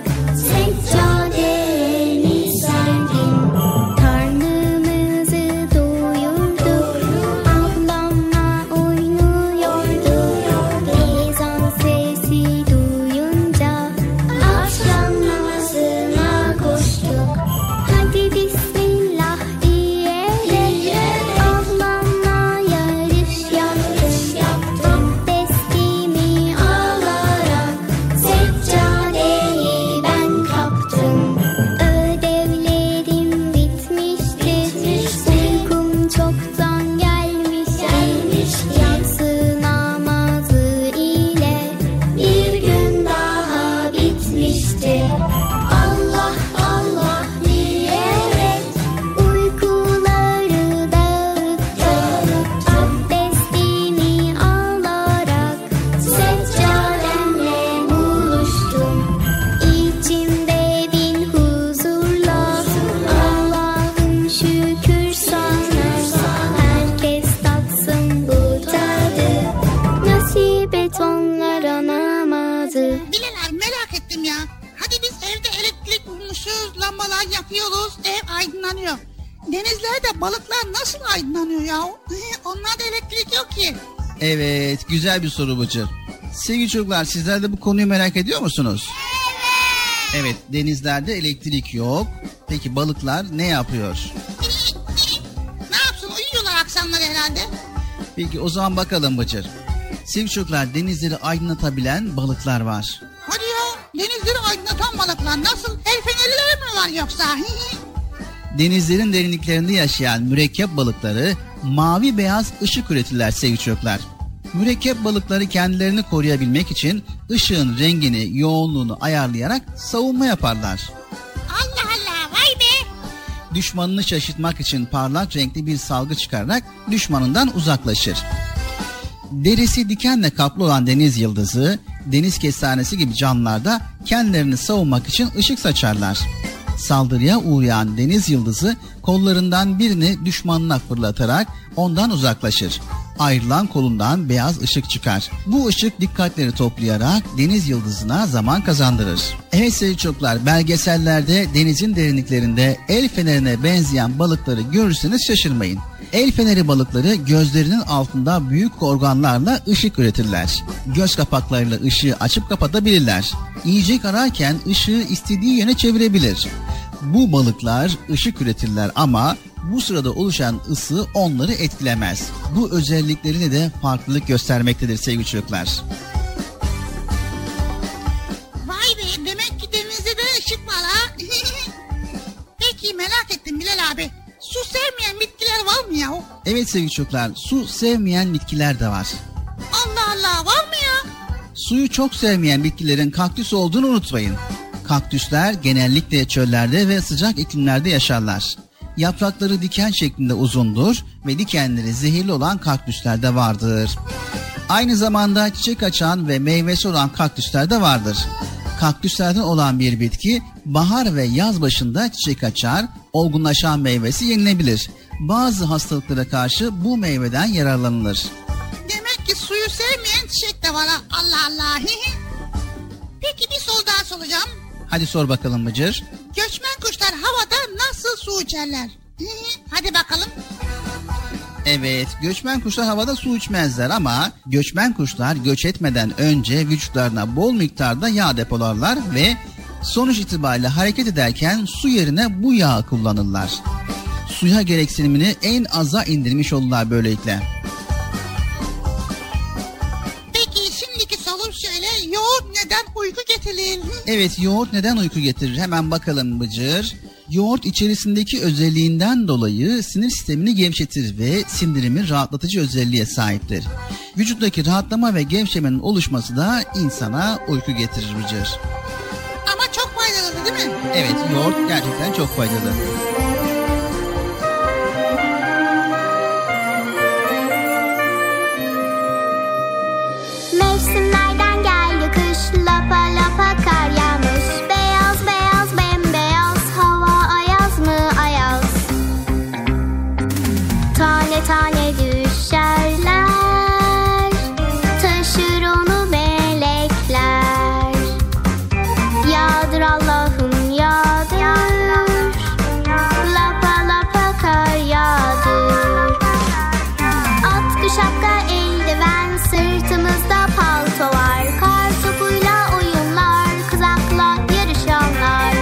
seccademi serdim. Karnımızı doyurduk, ablamla oynuyorduk. Ezan sesi duyunca akşam namazına koştuk. Hadi Bismillah diyerek ablamla yarış yaptım. Abdestimi alarak seccadeyi ben kaptım. Ödevlerim bitmişti, uykum çoktan gelmişti. Yatsı namazı ile bir gün daha bitmişti. Allah Allah diyerek uykuları dağıttım. Abdestimi alarak seccademle buluştum. İçimde bin huzurla Allah'ım şükür sana. Herkes tatsın bu tadı, nasip et onlara namazı. Bilal abi, merak ettim ya. Hadi biz evde elektrik bulmuşuz, lambalar yakıyoruz, ev aydınlanıyor. Denizlerde balıklar nasıl aydınlanıyor ya? Onlarda elektrik yok ki. Evet, güzel bir soru Bıcır. Sevgili çocuklar, sizler de bu konuyu merak ediyor musunuz? Evet, denizlerde elektrik yok. Peki balıklar ne yapıyor? Ne yapsın, uyuyorlar akşamları herhalde. Peki o zaman bakalım Bıcır. Sevgili çocuklar, denizleri aydınlatabilen balıklar var. Hadi ya, denizleri aydınlatan balıklar nasıl? El fenerleri mi var yoksa? Denizlerin derinliklerinde yaşayan mürekkep balıkları mavi beyaz ışık üretirler sevgili çocuklar. Mürekkep balıkları kendilerini koruyabilmek için ışığın rengini, yoğunluğunu ayarlayarak savunma yaparlar. Allah Allah, vay be! Düşmanını şaşırtmak için parlak renkli bir salgı çıkararak düşmanından uzaklaşır. Derisi dikenle kaplı olan deniz yıldızı, deniz kestanesi gibi canlılar da kendilerini savunmak için ışık saçarlar. Saldırıya uğrayan deniz yıldızı kollarından birini düşmanına fırlatarak ondan uzaklaşır. Ayrılan kolundan beyaz ışık çıkar. Bu ışık dikkatleri toplayarak deniz yıldızına zaman kazandırır. Evet sevgili çocuklar, belgesellerde denizin derinliklerinde el fenerine benzeyen balıkları görürseniz şaşırmayın. El feneri balıkları gözlerinin altında büyük organlarla ışık üretirler. Göz kapaklarıyla ışığı açıp kapatabilirler. Yiyecek ararken ışığı istediği yöne çevirebilir. Bu balıklar ışık üretirler ama bu sırada oluşan ısı onları etkilemez. Bu özelliklerini de farklılık göstermektedir sevgili çocuklar. Vay be, demek ki denizde de ışık var ha. Peki merak ettim Bilal abi. Su sevmeyen bitkiler var mı ya? Evet sevgili çocuklar, su sevmeyen bitkiler de var. Allah Allah, var mı ya? Suyu çok sevmeyen bitkilerin kaktüs olduğunu unutmayın. Kaktüsler genellikle çöllerde ve sıcak iklimlerde yaşarlar. Yaprakları diken şeklinde uzundur ve dikenleri zehirli olan kaktüsler de vardır. Aynı zamanda çiçek açan ve meyvesi olan kaktüsler de vardır. Kaktüslerden olan bir bitki bahar ve yaz başında çiçek açar, olgunlaşan meyvesi yenilebilir. Bazı hastalıklara karşı bu meyveden yararlanılır. Demek ki suyu sevmeyen çiçek de var ha. Allah Allah. Peki bir soru daha soracağım. Hadi sor bakalım Bıcır. Göçmen kuşlar havada nasıl su içerler? Hadi bakalım. Evet, göçmen kuşlar havada su içmezler ama göçmen kuşlar göç etmeden önce vücutlarına bol miktarda yağ depolarlar ve sonuç itibariyle hareket ederken su yerine bu yağı kullanırlar. Suya gereksinimini en aza indirmiş olurlar böylelikle. Peki şimdiki sorum şöyle, yoğurt neden uyku getirir? Evet, yoğurt neden uyku getirir? Hemen bakalım Bıcır. Yoğurt içerisindeki özelliğinden dolayı sinir sistemini gevşetir ve sindirimi rahatlatıcı özelliğe sahiptir. Vücuttaki rahatlama ve gevşemenin oluşması da insana uyku getirir Bıcır. Ama çok faydalı değil mi? Evet, yoğurt gerçekten çok faydalı. Mevsimlerden geldi kış, lapa lapa kar yağmış. Beyaz beyaz bembeyaz, hava ayaz mı ayaz. Tane tane düşerler, taşır onu melekler. Yağdır Allah'ım yağdır, lapa lapa kar yağdır. Atkı şapka eldiven, sırtımızda palto var. Kar topuyla oyunlar, kızakla yarışanlar.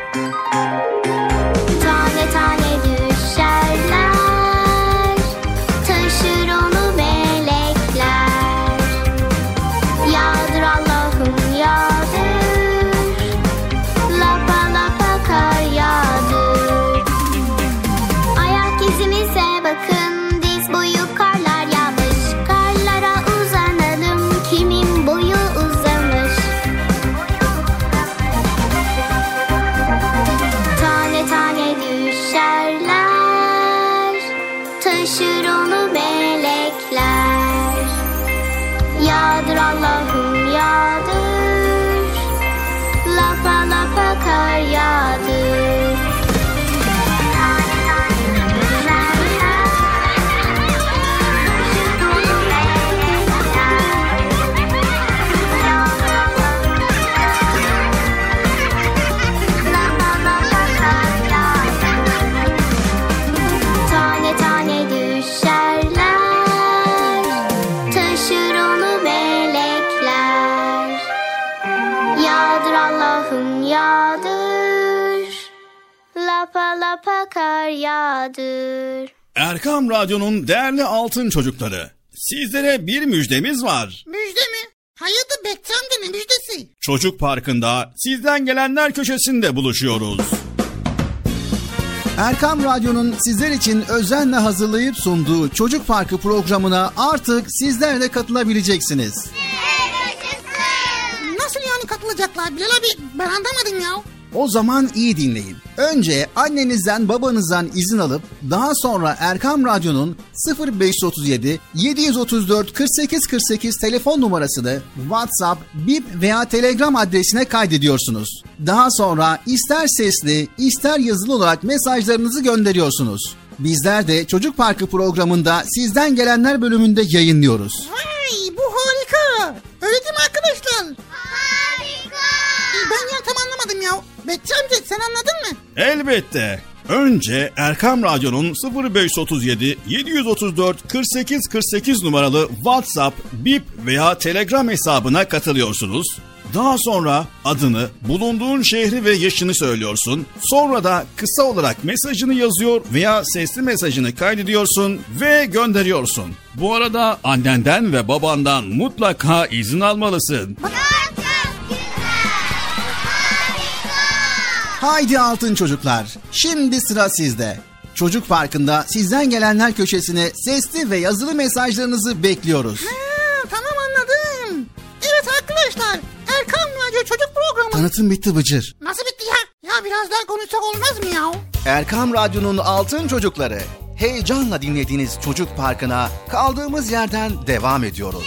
Tane tane düşerler, taşır onu melekler. Yağdır Allah'ım yağdır, lapa lapa kar yağdır. Ayak izimize bakın, diz boyu karlar yağmış. Karlara uzanalım, kimin boyu uzamış. Tane tane düşerler, taşır onu melekler. Yağdır Allah'ım yağdır, lapa lapa kar yağdır. kar yağdır. Erkam Radyo'nun değerli altın çocukları, sizlere bir müjdemiz var. Müjde mi? Hayırdır Bekçi amca, ne müjdesi? Çocuk Parkı'nda sizden gelenler köşesinde buluşuyoruz. Erkam Radyo'nun sizler için özenle hazırlayıp sunduğu Çocuk Parkı programına artık sizler de katılabileceksiniz. Nasıl yani katılacaklar Bilal abi? Ben anlamadım ya. O zaman iyi dinleyin. Önce annenizden babanızdan izin alıp daha sonra Erkam Radyo'nun 0537 734 48 48 telefon numarasını WhatsApp, Bip veya Telegram adresine kaydediyorsunuz. Daha sonra ister sesli ister yazılı olarak mesajlarınızı gönderiyorsunuz. Bizler de Çocuk Parkı programında sizden gelenler bölümünde yayınlıyoruz. Vay, bu harika. Öyle değil mi arkadaşlar? Harika. Ben ya tam anlamadım ya. Bekçi amca sen anladın mı? Elbette. Önce Erkam Radyo'nun 0537 734 48 48 numaralı WhatsApp, Bip veya Telegram hesabına katılıyorsunuz. Daha sonra adını, bulunduğun şehri ve yaşını söylüyorsun. Sonra da kısa olarak mesajını yazıyor veya sesli mesajını kaydediyorsun ve gönderiyorsun. Bu arada annenden ve babandan mutlaka izin almalısın. Haydi altın çocuklar, şimdi sıra sizde. Çocuk Parkı'nda sizden gelenler köşesine sesli ve yazılı mesajlarınızı bekliyoruz. Tamam anladım. Evet arkadaşlar, Erkam Radyo Çocuk Programı. Tanıtım bitti Bıcır. Nasıl bitti ya? Ya biraz daha konuşsak olmaz mı ya? Erkam Radyo'nun altın çocukları, heyecanla dinlediğiniz Çocuk Parkı'na kaldığımız yerden devam ediyoruz.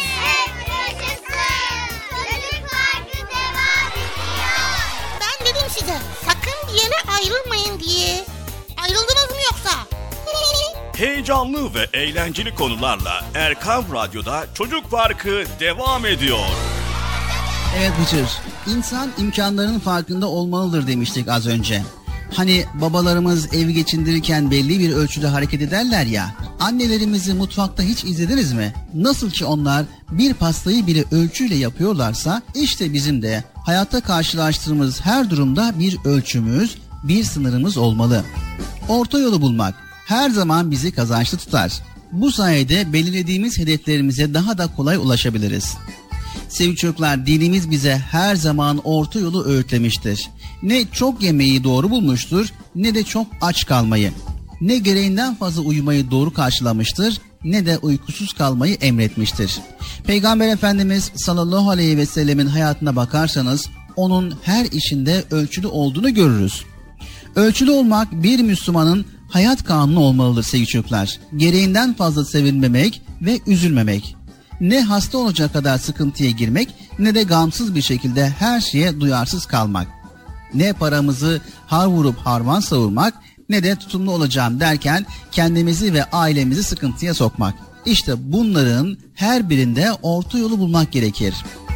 Ben dedim size, sakın bir yere ayrılmayın diye. Ayrıldınız mı yoksa? Heyecanlı ve eğlenceli konularla Erkam Radyo'da Çocuk Parkı devam ediyor. Evet Bıcır, insan imkanlarının farkında olmalıdır demiştik az önce. Hani babalarımız evi geçindirirken belli bir ölçüde hareket ederler ya, annelerimizi mutfakta hiç izlediniz mi? Nasıl ki onlar bir pastayı bile ölçüyle yapıyorlarsa, işte bizim de hayatta karşılaştığımız her durumda bir ölçümüz, bir sınırımız olmalı. Orta yolu bulmak her zaman bizi kazançlı tutar. Bu sayede belirlediğimiz hedeflerimize daha da kolay ulaşabiliriz. Sevgili çocuklar, dinimiz bize her zaman orta yolu öğütlemiştir. Ne çok yemeği doğru bulmuştur, ne de çok aç kalmayı. Ne gereğinden fazla uyumayı doğru karşılamıştır, ne de uykusuz kalmayı emretmiştir. Peygamber Efendimiz sallallahu aleyhi ve sellemin hayatına bakarsanız, onun her işinde ölçülü olduğunu görürüz. Ölçülü olmak bir Müslümanın hayat kanunu olmalıdır sevgili çocuklar. Gereğinden fazla sevinmemek ve üzülmemek. Ne hasta olacak kadar sıkıntıya girmek, ne de gamsız bir şekilde her şeye duyarsız kalmak. Ne paramızı har vurup harman savurmak, ne de tutumlu olacağım derken kendimizi ve ailemizi sıkıntıya sokmak. İşte bunların her birinde orta yolu bulmak gerekir.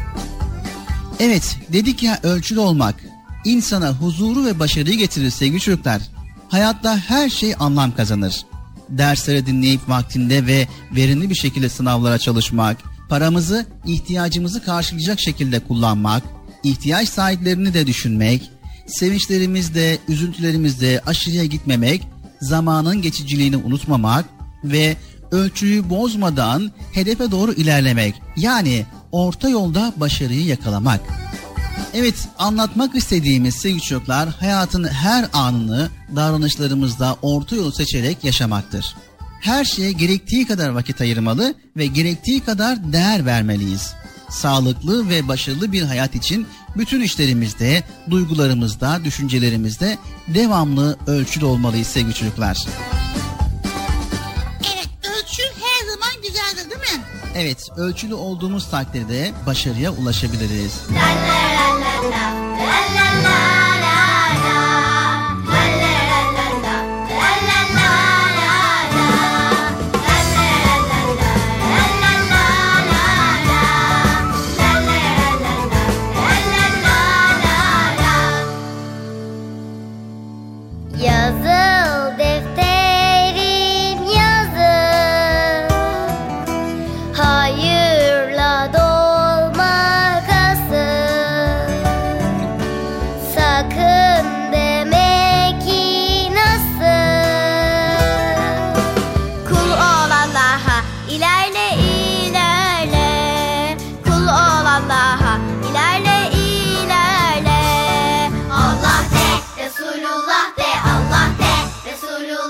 Evet, dedik ya, ölçülü olmak insana huzuru ve başarıyı getirir sevgili çocuklar. Hayatta her şey anlam kazanır. Dersleri dinleyip vaktinde ve verimli bir şekilde sınavlara çalışmak, paramızı ihtiyacımızı karşılayacak şekilde kullanmak, ihtiyaç sahiplerini de düşünmek, sevinçlerimizde, üzüntülerimizde aşırıya gitmemek, zamanın geçiciliğini unutmamak ve ölçüyü bozmadan hedefe doğru ilerlemek. Yani orta yolda başarıyı yakalamak. Evet, anlatmak istediğimiz sevgili çocuklar, hayatın her anını davranışlarımızda orta yolu seçerek yaşamaktır. Her şeye gerektiği kadar vakit ayırmalı ve gerektiği kadar değer vermeliyiz. Sağlıklı ve başarılı bir hayat için bütün işlerimizde, duygularımızda, düşüncelerimizde devamlı ölçülü olmalıyız sevgili çocuklar. Evet, ölçü her zaman güzeldir değil mi? Evet, ölçülü olduğumuz takdirde başarıya ulaşabiliriz. Yazıl defterim yazıl, hayırla dolmak asıl.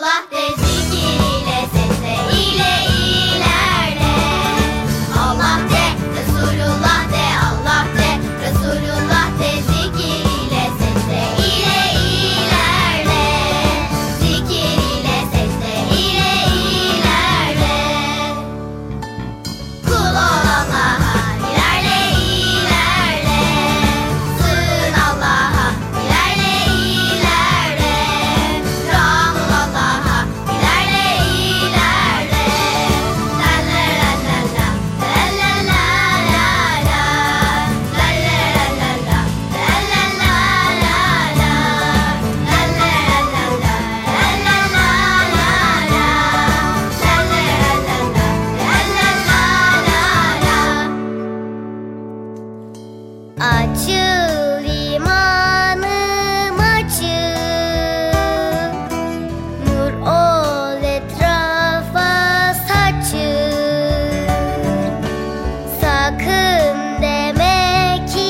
Resulullah de, zikir ile secde ile ilerle. Allah de, Resulullah de, Allah de, Resulullah de, zikir ile secde ile ilerle. Zikir ile secde ile ilerle. Kul ol Allah'a, ilerle ilerle. Sığın Allah'a, ilerle ilerle. Ram ol Allah'a, ilerle ilerle. La la la la la, la la la la la. La la la la la, la la la la la. La la la la la, la la la la la. La la la la la, la la la la. Açıl imanım açıl, nur ol etrafa saçıl. Sakın deme ki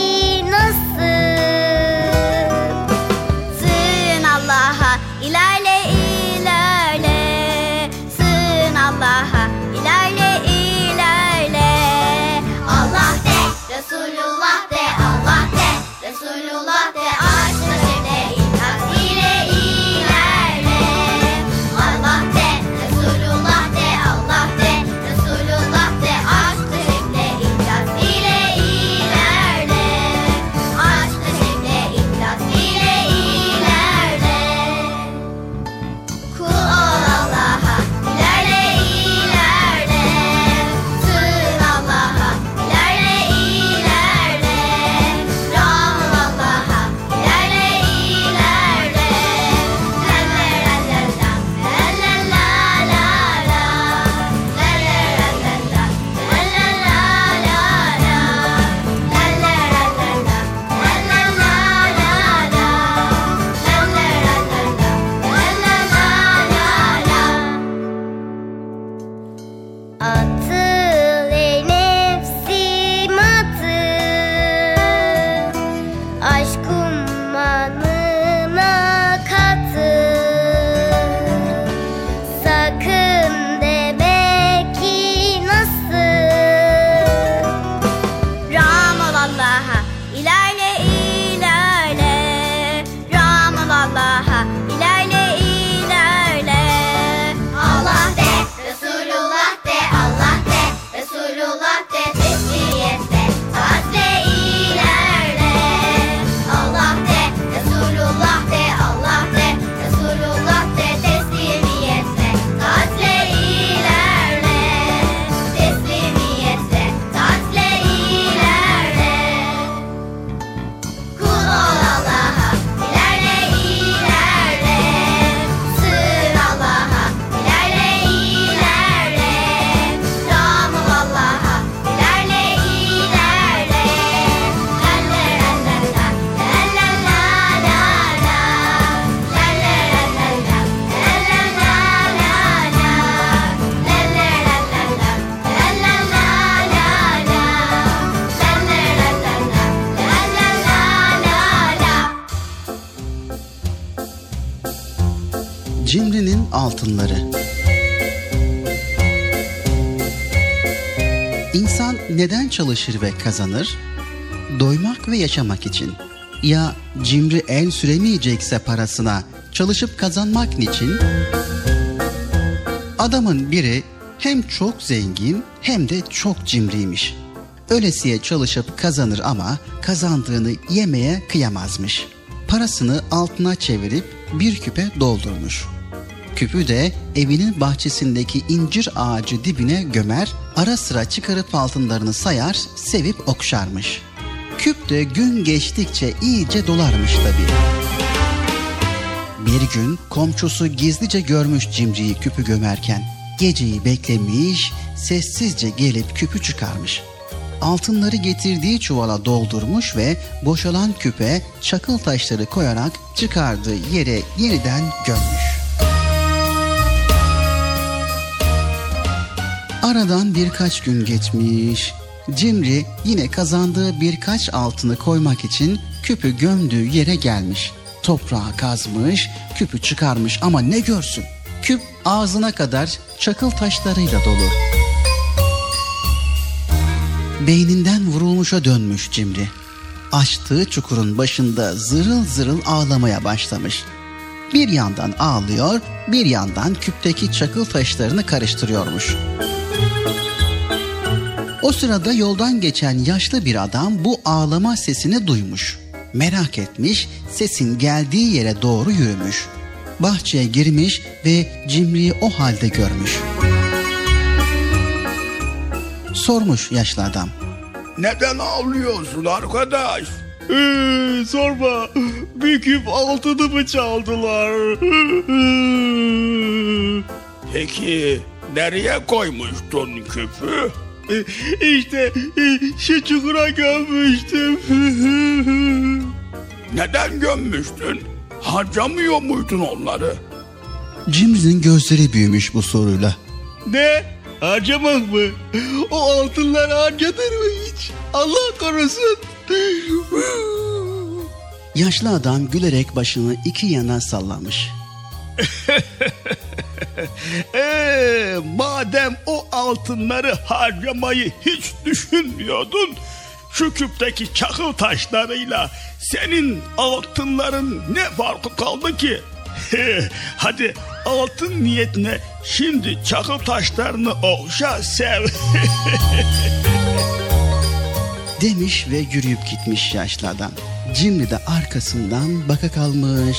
nasıl. Sığın Allah'a, ilerle ilerle. Sığın Allah'a, ilerle ilerle. Allah de, Resulullah de, Allah de, Resulullah de. Aşkla şevkle ilhak ile ilerle. Allah de, Resulullah de, Allah de, Resulullah de. Aşkla şevkle ilhak ile ilerle. Aşkla şevkle ilhak ile ilerle. Kul ol Allah'a, ilerle ilerle. Sığın Allah'a, ilerle ilerle. Ram ol Allah'a, ilerle ilerle. La la la la la, la la la la la. La la la la la, la la la la la. La la la la la, la la la la la. La la la la la, la la la la la. Atıl ey nefsim atıl, aşk ummanına katıl. Sakın deme ki nasıl. Ram ol Allah'a, ilerle ilerle. Ram ol Allah'a, ilerle ilerle. Allah de, Resulullah de, Allah de, Resulullah de. Tesliyetle, taatle ilerle. Allah de, Resulullah de, Allah de, Resulullah de. Teslimiyetle, taatle ilerle. Teslimiyetle, taatle ilerle. Kul ol Allah'a, ilerle ilerle. Sığın Allah'a, ilerle ilerle. Ram ol Allah'a, ilerle ilerle. La la la la la, la la la la la. La la la la la, la la la la la. La la la la la, la la la la la. La la la la la, la la la la la. Cimri'nin altınları. İnsan neden çalışır ve kazanır? Doymak ve yaşamak için. Ya cimri el süremeyecekse parasına, çalışıp kazanmak niçin? Adamın biri hem çok zengin hem de çok cimriymiş. Ölesiye çalışıp kazanır ama kazandığını yemeye kıyamazmış. Parasını altına çevirip bir küpe doldurmuş. Küpü de evinin bahçesindeki incir ağacı dibine gömer, ara sıra çıkarıp altınlarını sayar, sevip okşarmış. Küp de gün geçtikçe iyice dolarmış tabii. Bir gün komşusu gizlice görmüş cimriyi küpü gömerken. Geceyi beklemiş, sessizce gelip küpü çıkarmış. Altınları getirdiği çuvala doldurmuş ve boşalan küpe çakıl taşları koyarak çıkardığı yere yeniden gömmüş. Aradan birkaç gün geçmiş. Cimri yine kazandığı birkaç altını koymak için küpü gömdüğü yere gelmiş. Toprağı kazmış, küpü çıkarmış ama ne görsün? Küp ağzına kadar çakıl taşlarıyla dolu. Beyninden vurulmuşa dönmüş Cimri. Açtığı çukurun başında zırıl zırıl ağlamaya başlamış. Bir yandan ağlıyor, bir yandan küpteki çakıl taşlarını karıştırıyormuş. O sırada yoldan geçen yaşlı bir adam bu ağlama sesini duymuş. Merak etmiş, sesin geldiği yere doğru yürümüş. Bahçeye girmiş ve Cimri'yi o halde görmüş. Sormuş yaşlı adam. Neden ağlıyorsun arkadaş? Sorma. Bir küp altınımı çaldılar. Peki nereye koymuştun küpü? İşte şu çukura gömmüştüm. Neden gömmüştün? Harcamıyor muydun onları? Cimri'nin gözleri büyümüş bu soruyla. Ne? Harcamak mı? O altınlar harcanır mı hiç? Allah korusun. Yaşlı adam gülerek başını iki yana sallamış. Madem o altınları harcamayı hiç düşünmüyordun, şu küpteki çakıl taşlarıyla senin altınların ne farkı kaldı ki? Hadi altın niyetine şimdi çakıl taşlarını okşa sev. Demiş ve yürüyüp gitmiş yaşlı adam. Cimri de arkasından baka kalmış.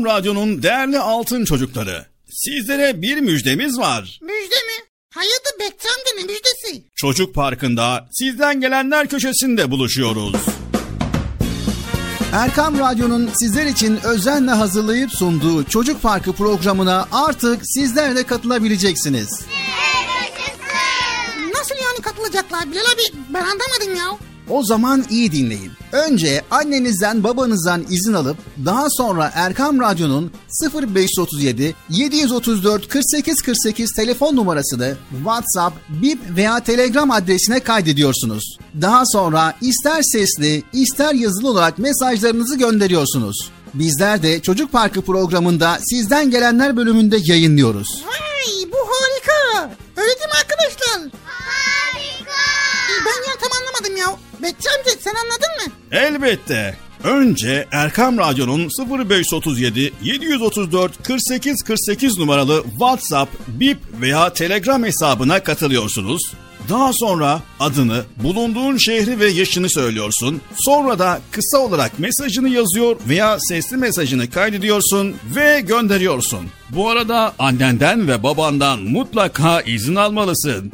Radyo'nun değerli altın çocukları, sizlere bir müjdemiz var. Müjde mi? Hayırdır Bekçi amca, ne müjdesi? Çocuk Parkı'nda sizden gelenler köşesinde buluşuyoruz. Erkam Radyo'nun sizler için özenle hazırlayıp sunduğu Çocuk Parkı programına artık sizler de katılabileceksiniz. Nasıl yani katılacaklar Bilal abi? Ben anlamadım ya. O zaman iyi dinleyin. Önce annenizden babanızdan izin alıp daha sonra Erkam Radyo'nun 0537 734 48 48 telefon numarasını WhatsApp, Bip veya Telegram adresine kaydediyorsunuz. Daha sonra ister sesli ister yazılı olarak mesajlarınızı gönderiyorsunuz. Bizler de Çocuk Parkı programında sizden gelenler bölümünde yayınlıyoruz. Vay, bu harika. Öyle değil mi arkadaşlar? Harika. Ben ya tam anlamadım ya. Bekçi amca sen anladın mı? Elbette. Önce Erkam Radyo'nun 0537 734 48 48 numaralı WhatsApp, Bip veya Telegram hesabına katılıyorsunuz. Daha sonra adını, bulunduğun şehri ve yaşını söylüyorsun. Sonra da kısa olarak mesajını yazıyor veya sesli mesajını kaydediyorsun ve gönderiyorsun. Bu arada annenden ve babandan mutlaka izin almalısın.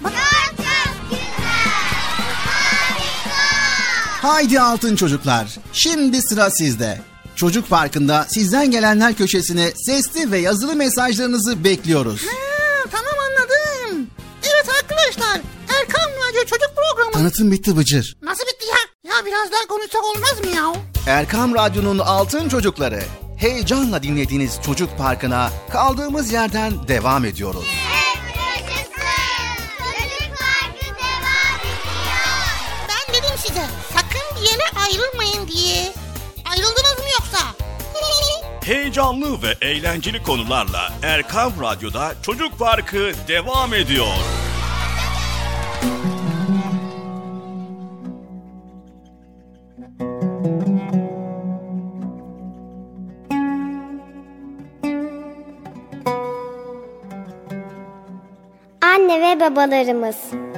Haydi altın çocuklar, şimdi sıra sizde. Çocuk Parkı'nda sizden gelenler köşesine sesli ve yazılı mesajlarınızı bekliyoruz. Tamam anladım. Evet arkadaşlar, Erkam Radyo Çocuk Programı. Tanıtım bitti Bıcır. Nasıl bitti ya? Ya biraz daha konuşsak olmaz mı ya? Erkam Radyo'nun altın çocukları, heyecanla dinlediğiniz Çocuk Parkı'na kaldığımız yerden devam ediyoruz. Ben dedim size, sakın bir yere ayrılmayın diye. Ayrıldınız mı yoksa? Heyecanlı ve eğlenceli konularla Erkam Radyo'da Çocuk Parkı devam ediyor. Anne ve babalarımız.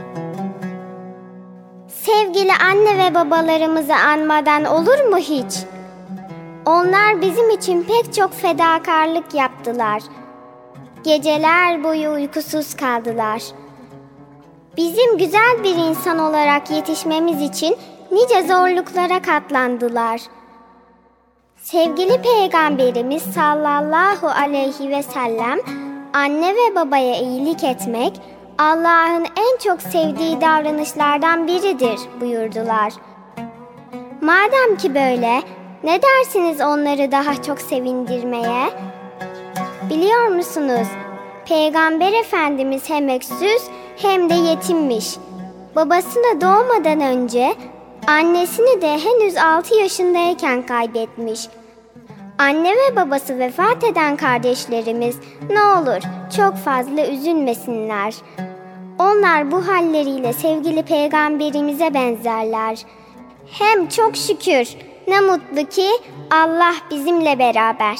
Sevgili anne ve babalarımızı anmadan olur mu hiç? Onlar bizim için pek çok fedakarlık yaptılar. Geceler boyu uykusuz kaldılar. Bizim güzel bir insan olarak yetişmemiz için nice zorluklara katlandılar. Sevgili Peygamberimiz sallallahu aleyhi ve sellem, anne ve babaya iyilik etmek, Allah'ın en çok sevdiği davranışlardan biridir buyurdular. Madem ki böyle, ne dersiniz onları daha çok sevindirmeye? Biliyor musunuz? Peygamber Efendimiz hem öksüz hem de yetimmiş. Babasını doğmadan önce annesini de henüz 6 yaşındayken kaybetmiş. Anne ve babası vefat eden kardeşlerimiz ne olur çok fazla üzülmesinler. Onlar bu halleriyle sevgili peygamberimize benzerler. Hem çok şükür, ne mutlu ki Allah bizimle beraber.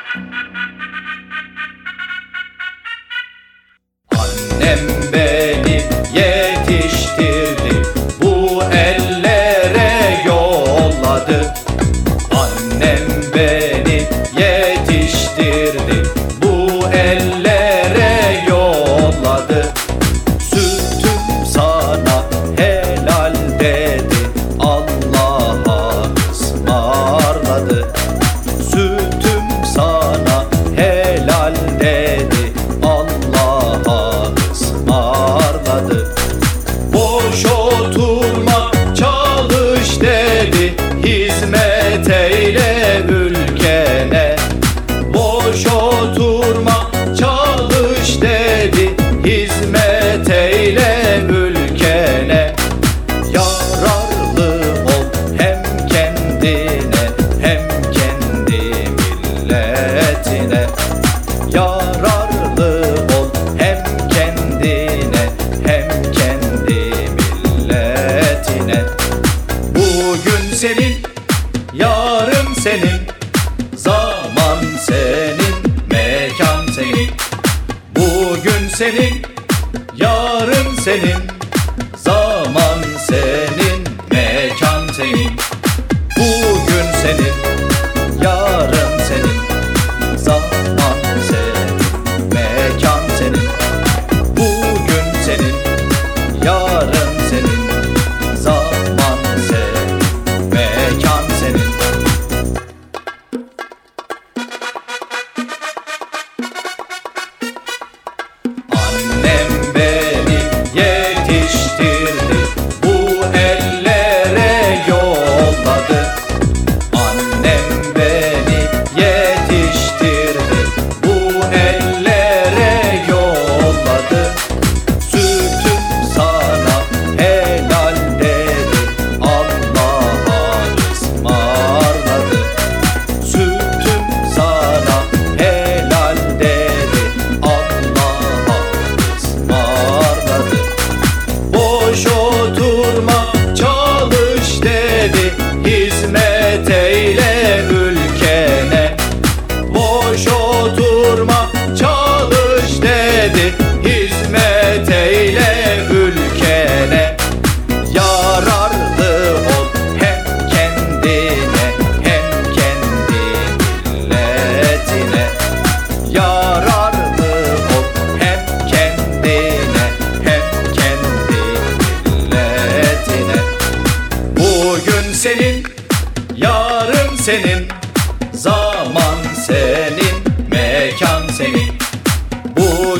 Annem beni yetiştirdi, bu ellere yolladı. Annem beni yetiştirdi, bu ellere yolladı. Sütüm sana helal dedi, Allah'a ısmarladı. Sütüm sana helal dedi, Allah'a ısmarladı. Boş oturma, çalış dedi, hizmet eyle ülkene. Boş oturma, çalış dedi, hizmet eyle ülkene. Yararlı ol hem kendine hem kendi milletine. Yararlı ol hem kendine hem kendi milletine. Bugün senin, yarın senin, zaman senin, mekan senin. Bugün senin, yarın senin, zaman senin, mekan senin. Bugün senin, yarın senin, zaman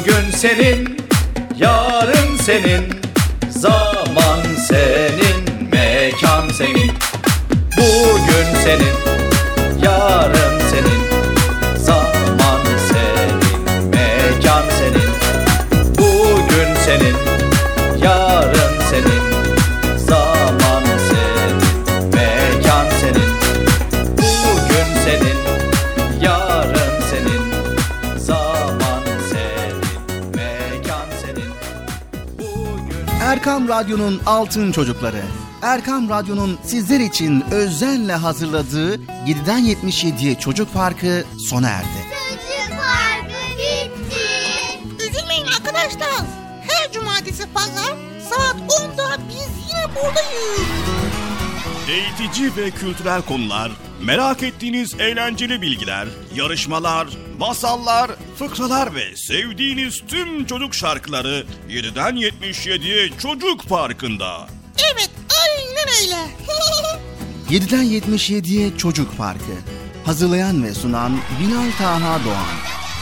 Bugün senin, yarın senin, zaman senin, mekan senin. Bugün senin, yarın senin, zaman senin, mekan senin. Bugün senin, yarın senin, zaman senin, mekan senin. Bugün senin, yarın senin, zaman senin, mekan senin. Erkam Radyo'nun Altın Çocukları. Erkam Radyo'nun sizler için özenle hazırladığı 7'den 77'ye Çocuk Parkı sona erdi. Çocuk Parkı bitti. Üzülmeyin arkadaşlar. Her cumartesi pazar saat 10'da biz yine buradayız. Eğitici ve kültürel konular, merak ettiğiniz eğlenceli bilgiler, yarışmalar, masallar, fıkralar ve sevdiğiniz tüm çocuk şarkıları 7'den 77'ye Çocuk Parkı'nda. Evet, aynen öyle. 7'den 77'ye Çocuk Parkı. Hazırlayan ve sunan Binal Taha Doğan.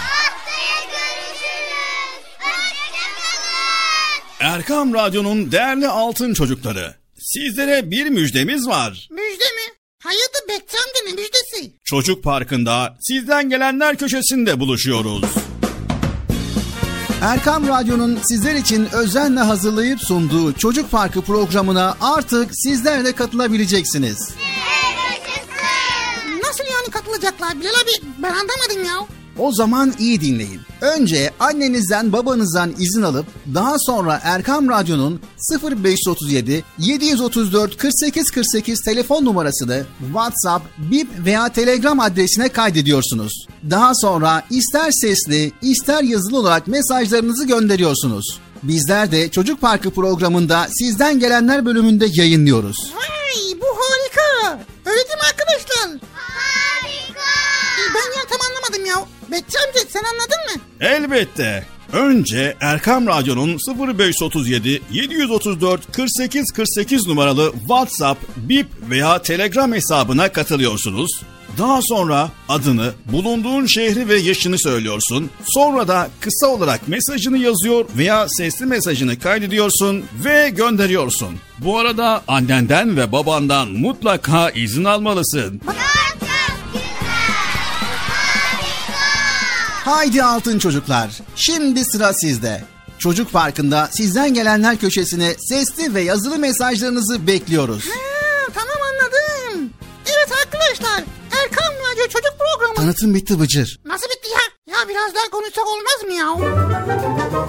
Erkam Radyo'nun değerli altın çocukları, sizlere bir müjdemiz var. Müjde mi? Hayırdır Bekçam'da ne müjdesi? Çocuk Parkı'nda sizden gelenler köşesinde buluşuyoruz. Erkam Radyo'nun sizler için özenle hazırlayıp sunduğu Çocuk Parkı programına artık sizler de katılabileceksiniz. Nasıl yani katılacaklar Bilal abi? Ben anlamadım ya. O zaman iyi dinleyin. Önce annenizden babanızdan izin alıp daha sonra Erkam Radyo'nun 0537 734 48 48 telefon numarasını WhatsApp, Bip veya Telegram adresine kaydediyorsunuz. Daha sonra ister sesli ister yazılı olarak mesajlarınızı gönderiyorsunuz. Bizler de Çocuk Parkı programında sizden gelenler bölümünde yayınlıyoruz. Vay bu harika. Öyle değil mi arkadaşlar? Harika. Ben ya tam anlamadım ya. Bekçi amca sen anladın mı? Elbette. Önce Erkam Radyo'nun 0537 734 48 48 numaralı WhatsApp, Bip veya Telegram hesabına katılıyorsunuz. Daha sonra adını, bulunduğun şehri ve yaşını söylüyorsun. Sonra da kısa olarak mesajını yazıyor veya sesli mesajını kaydediyorsun ve gönderiyorsun. Bu arada annenden ve babandan mutlaka izin almalısın. Haydi altın çocuklar, şimdi sıra sizde. Çocuk Parkı'nda sizden gelenler köşesine sesli ve yazılı mesajlarınızı bekliyoruz. Tamam anladım. Evet arkadaşlar, Erkam Radyo Çocuk Programı. Tanıtım bitti Bıcır. Nasıl bitti ya? Ya biraz daha konuşsak olmaz mı ya?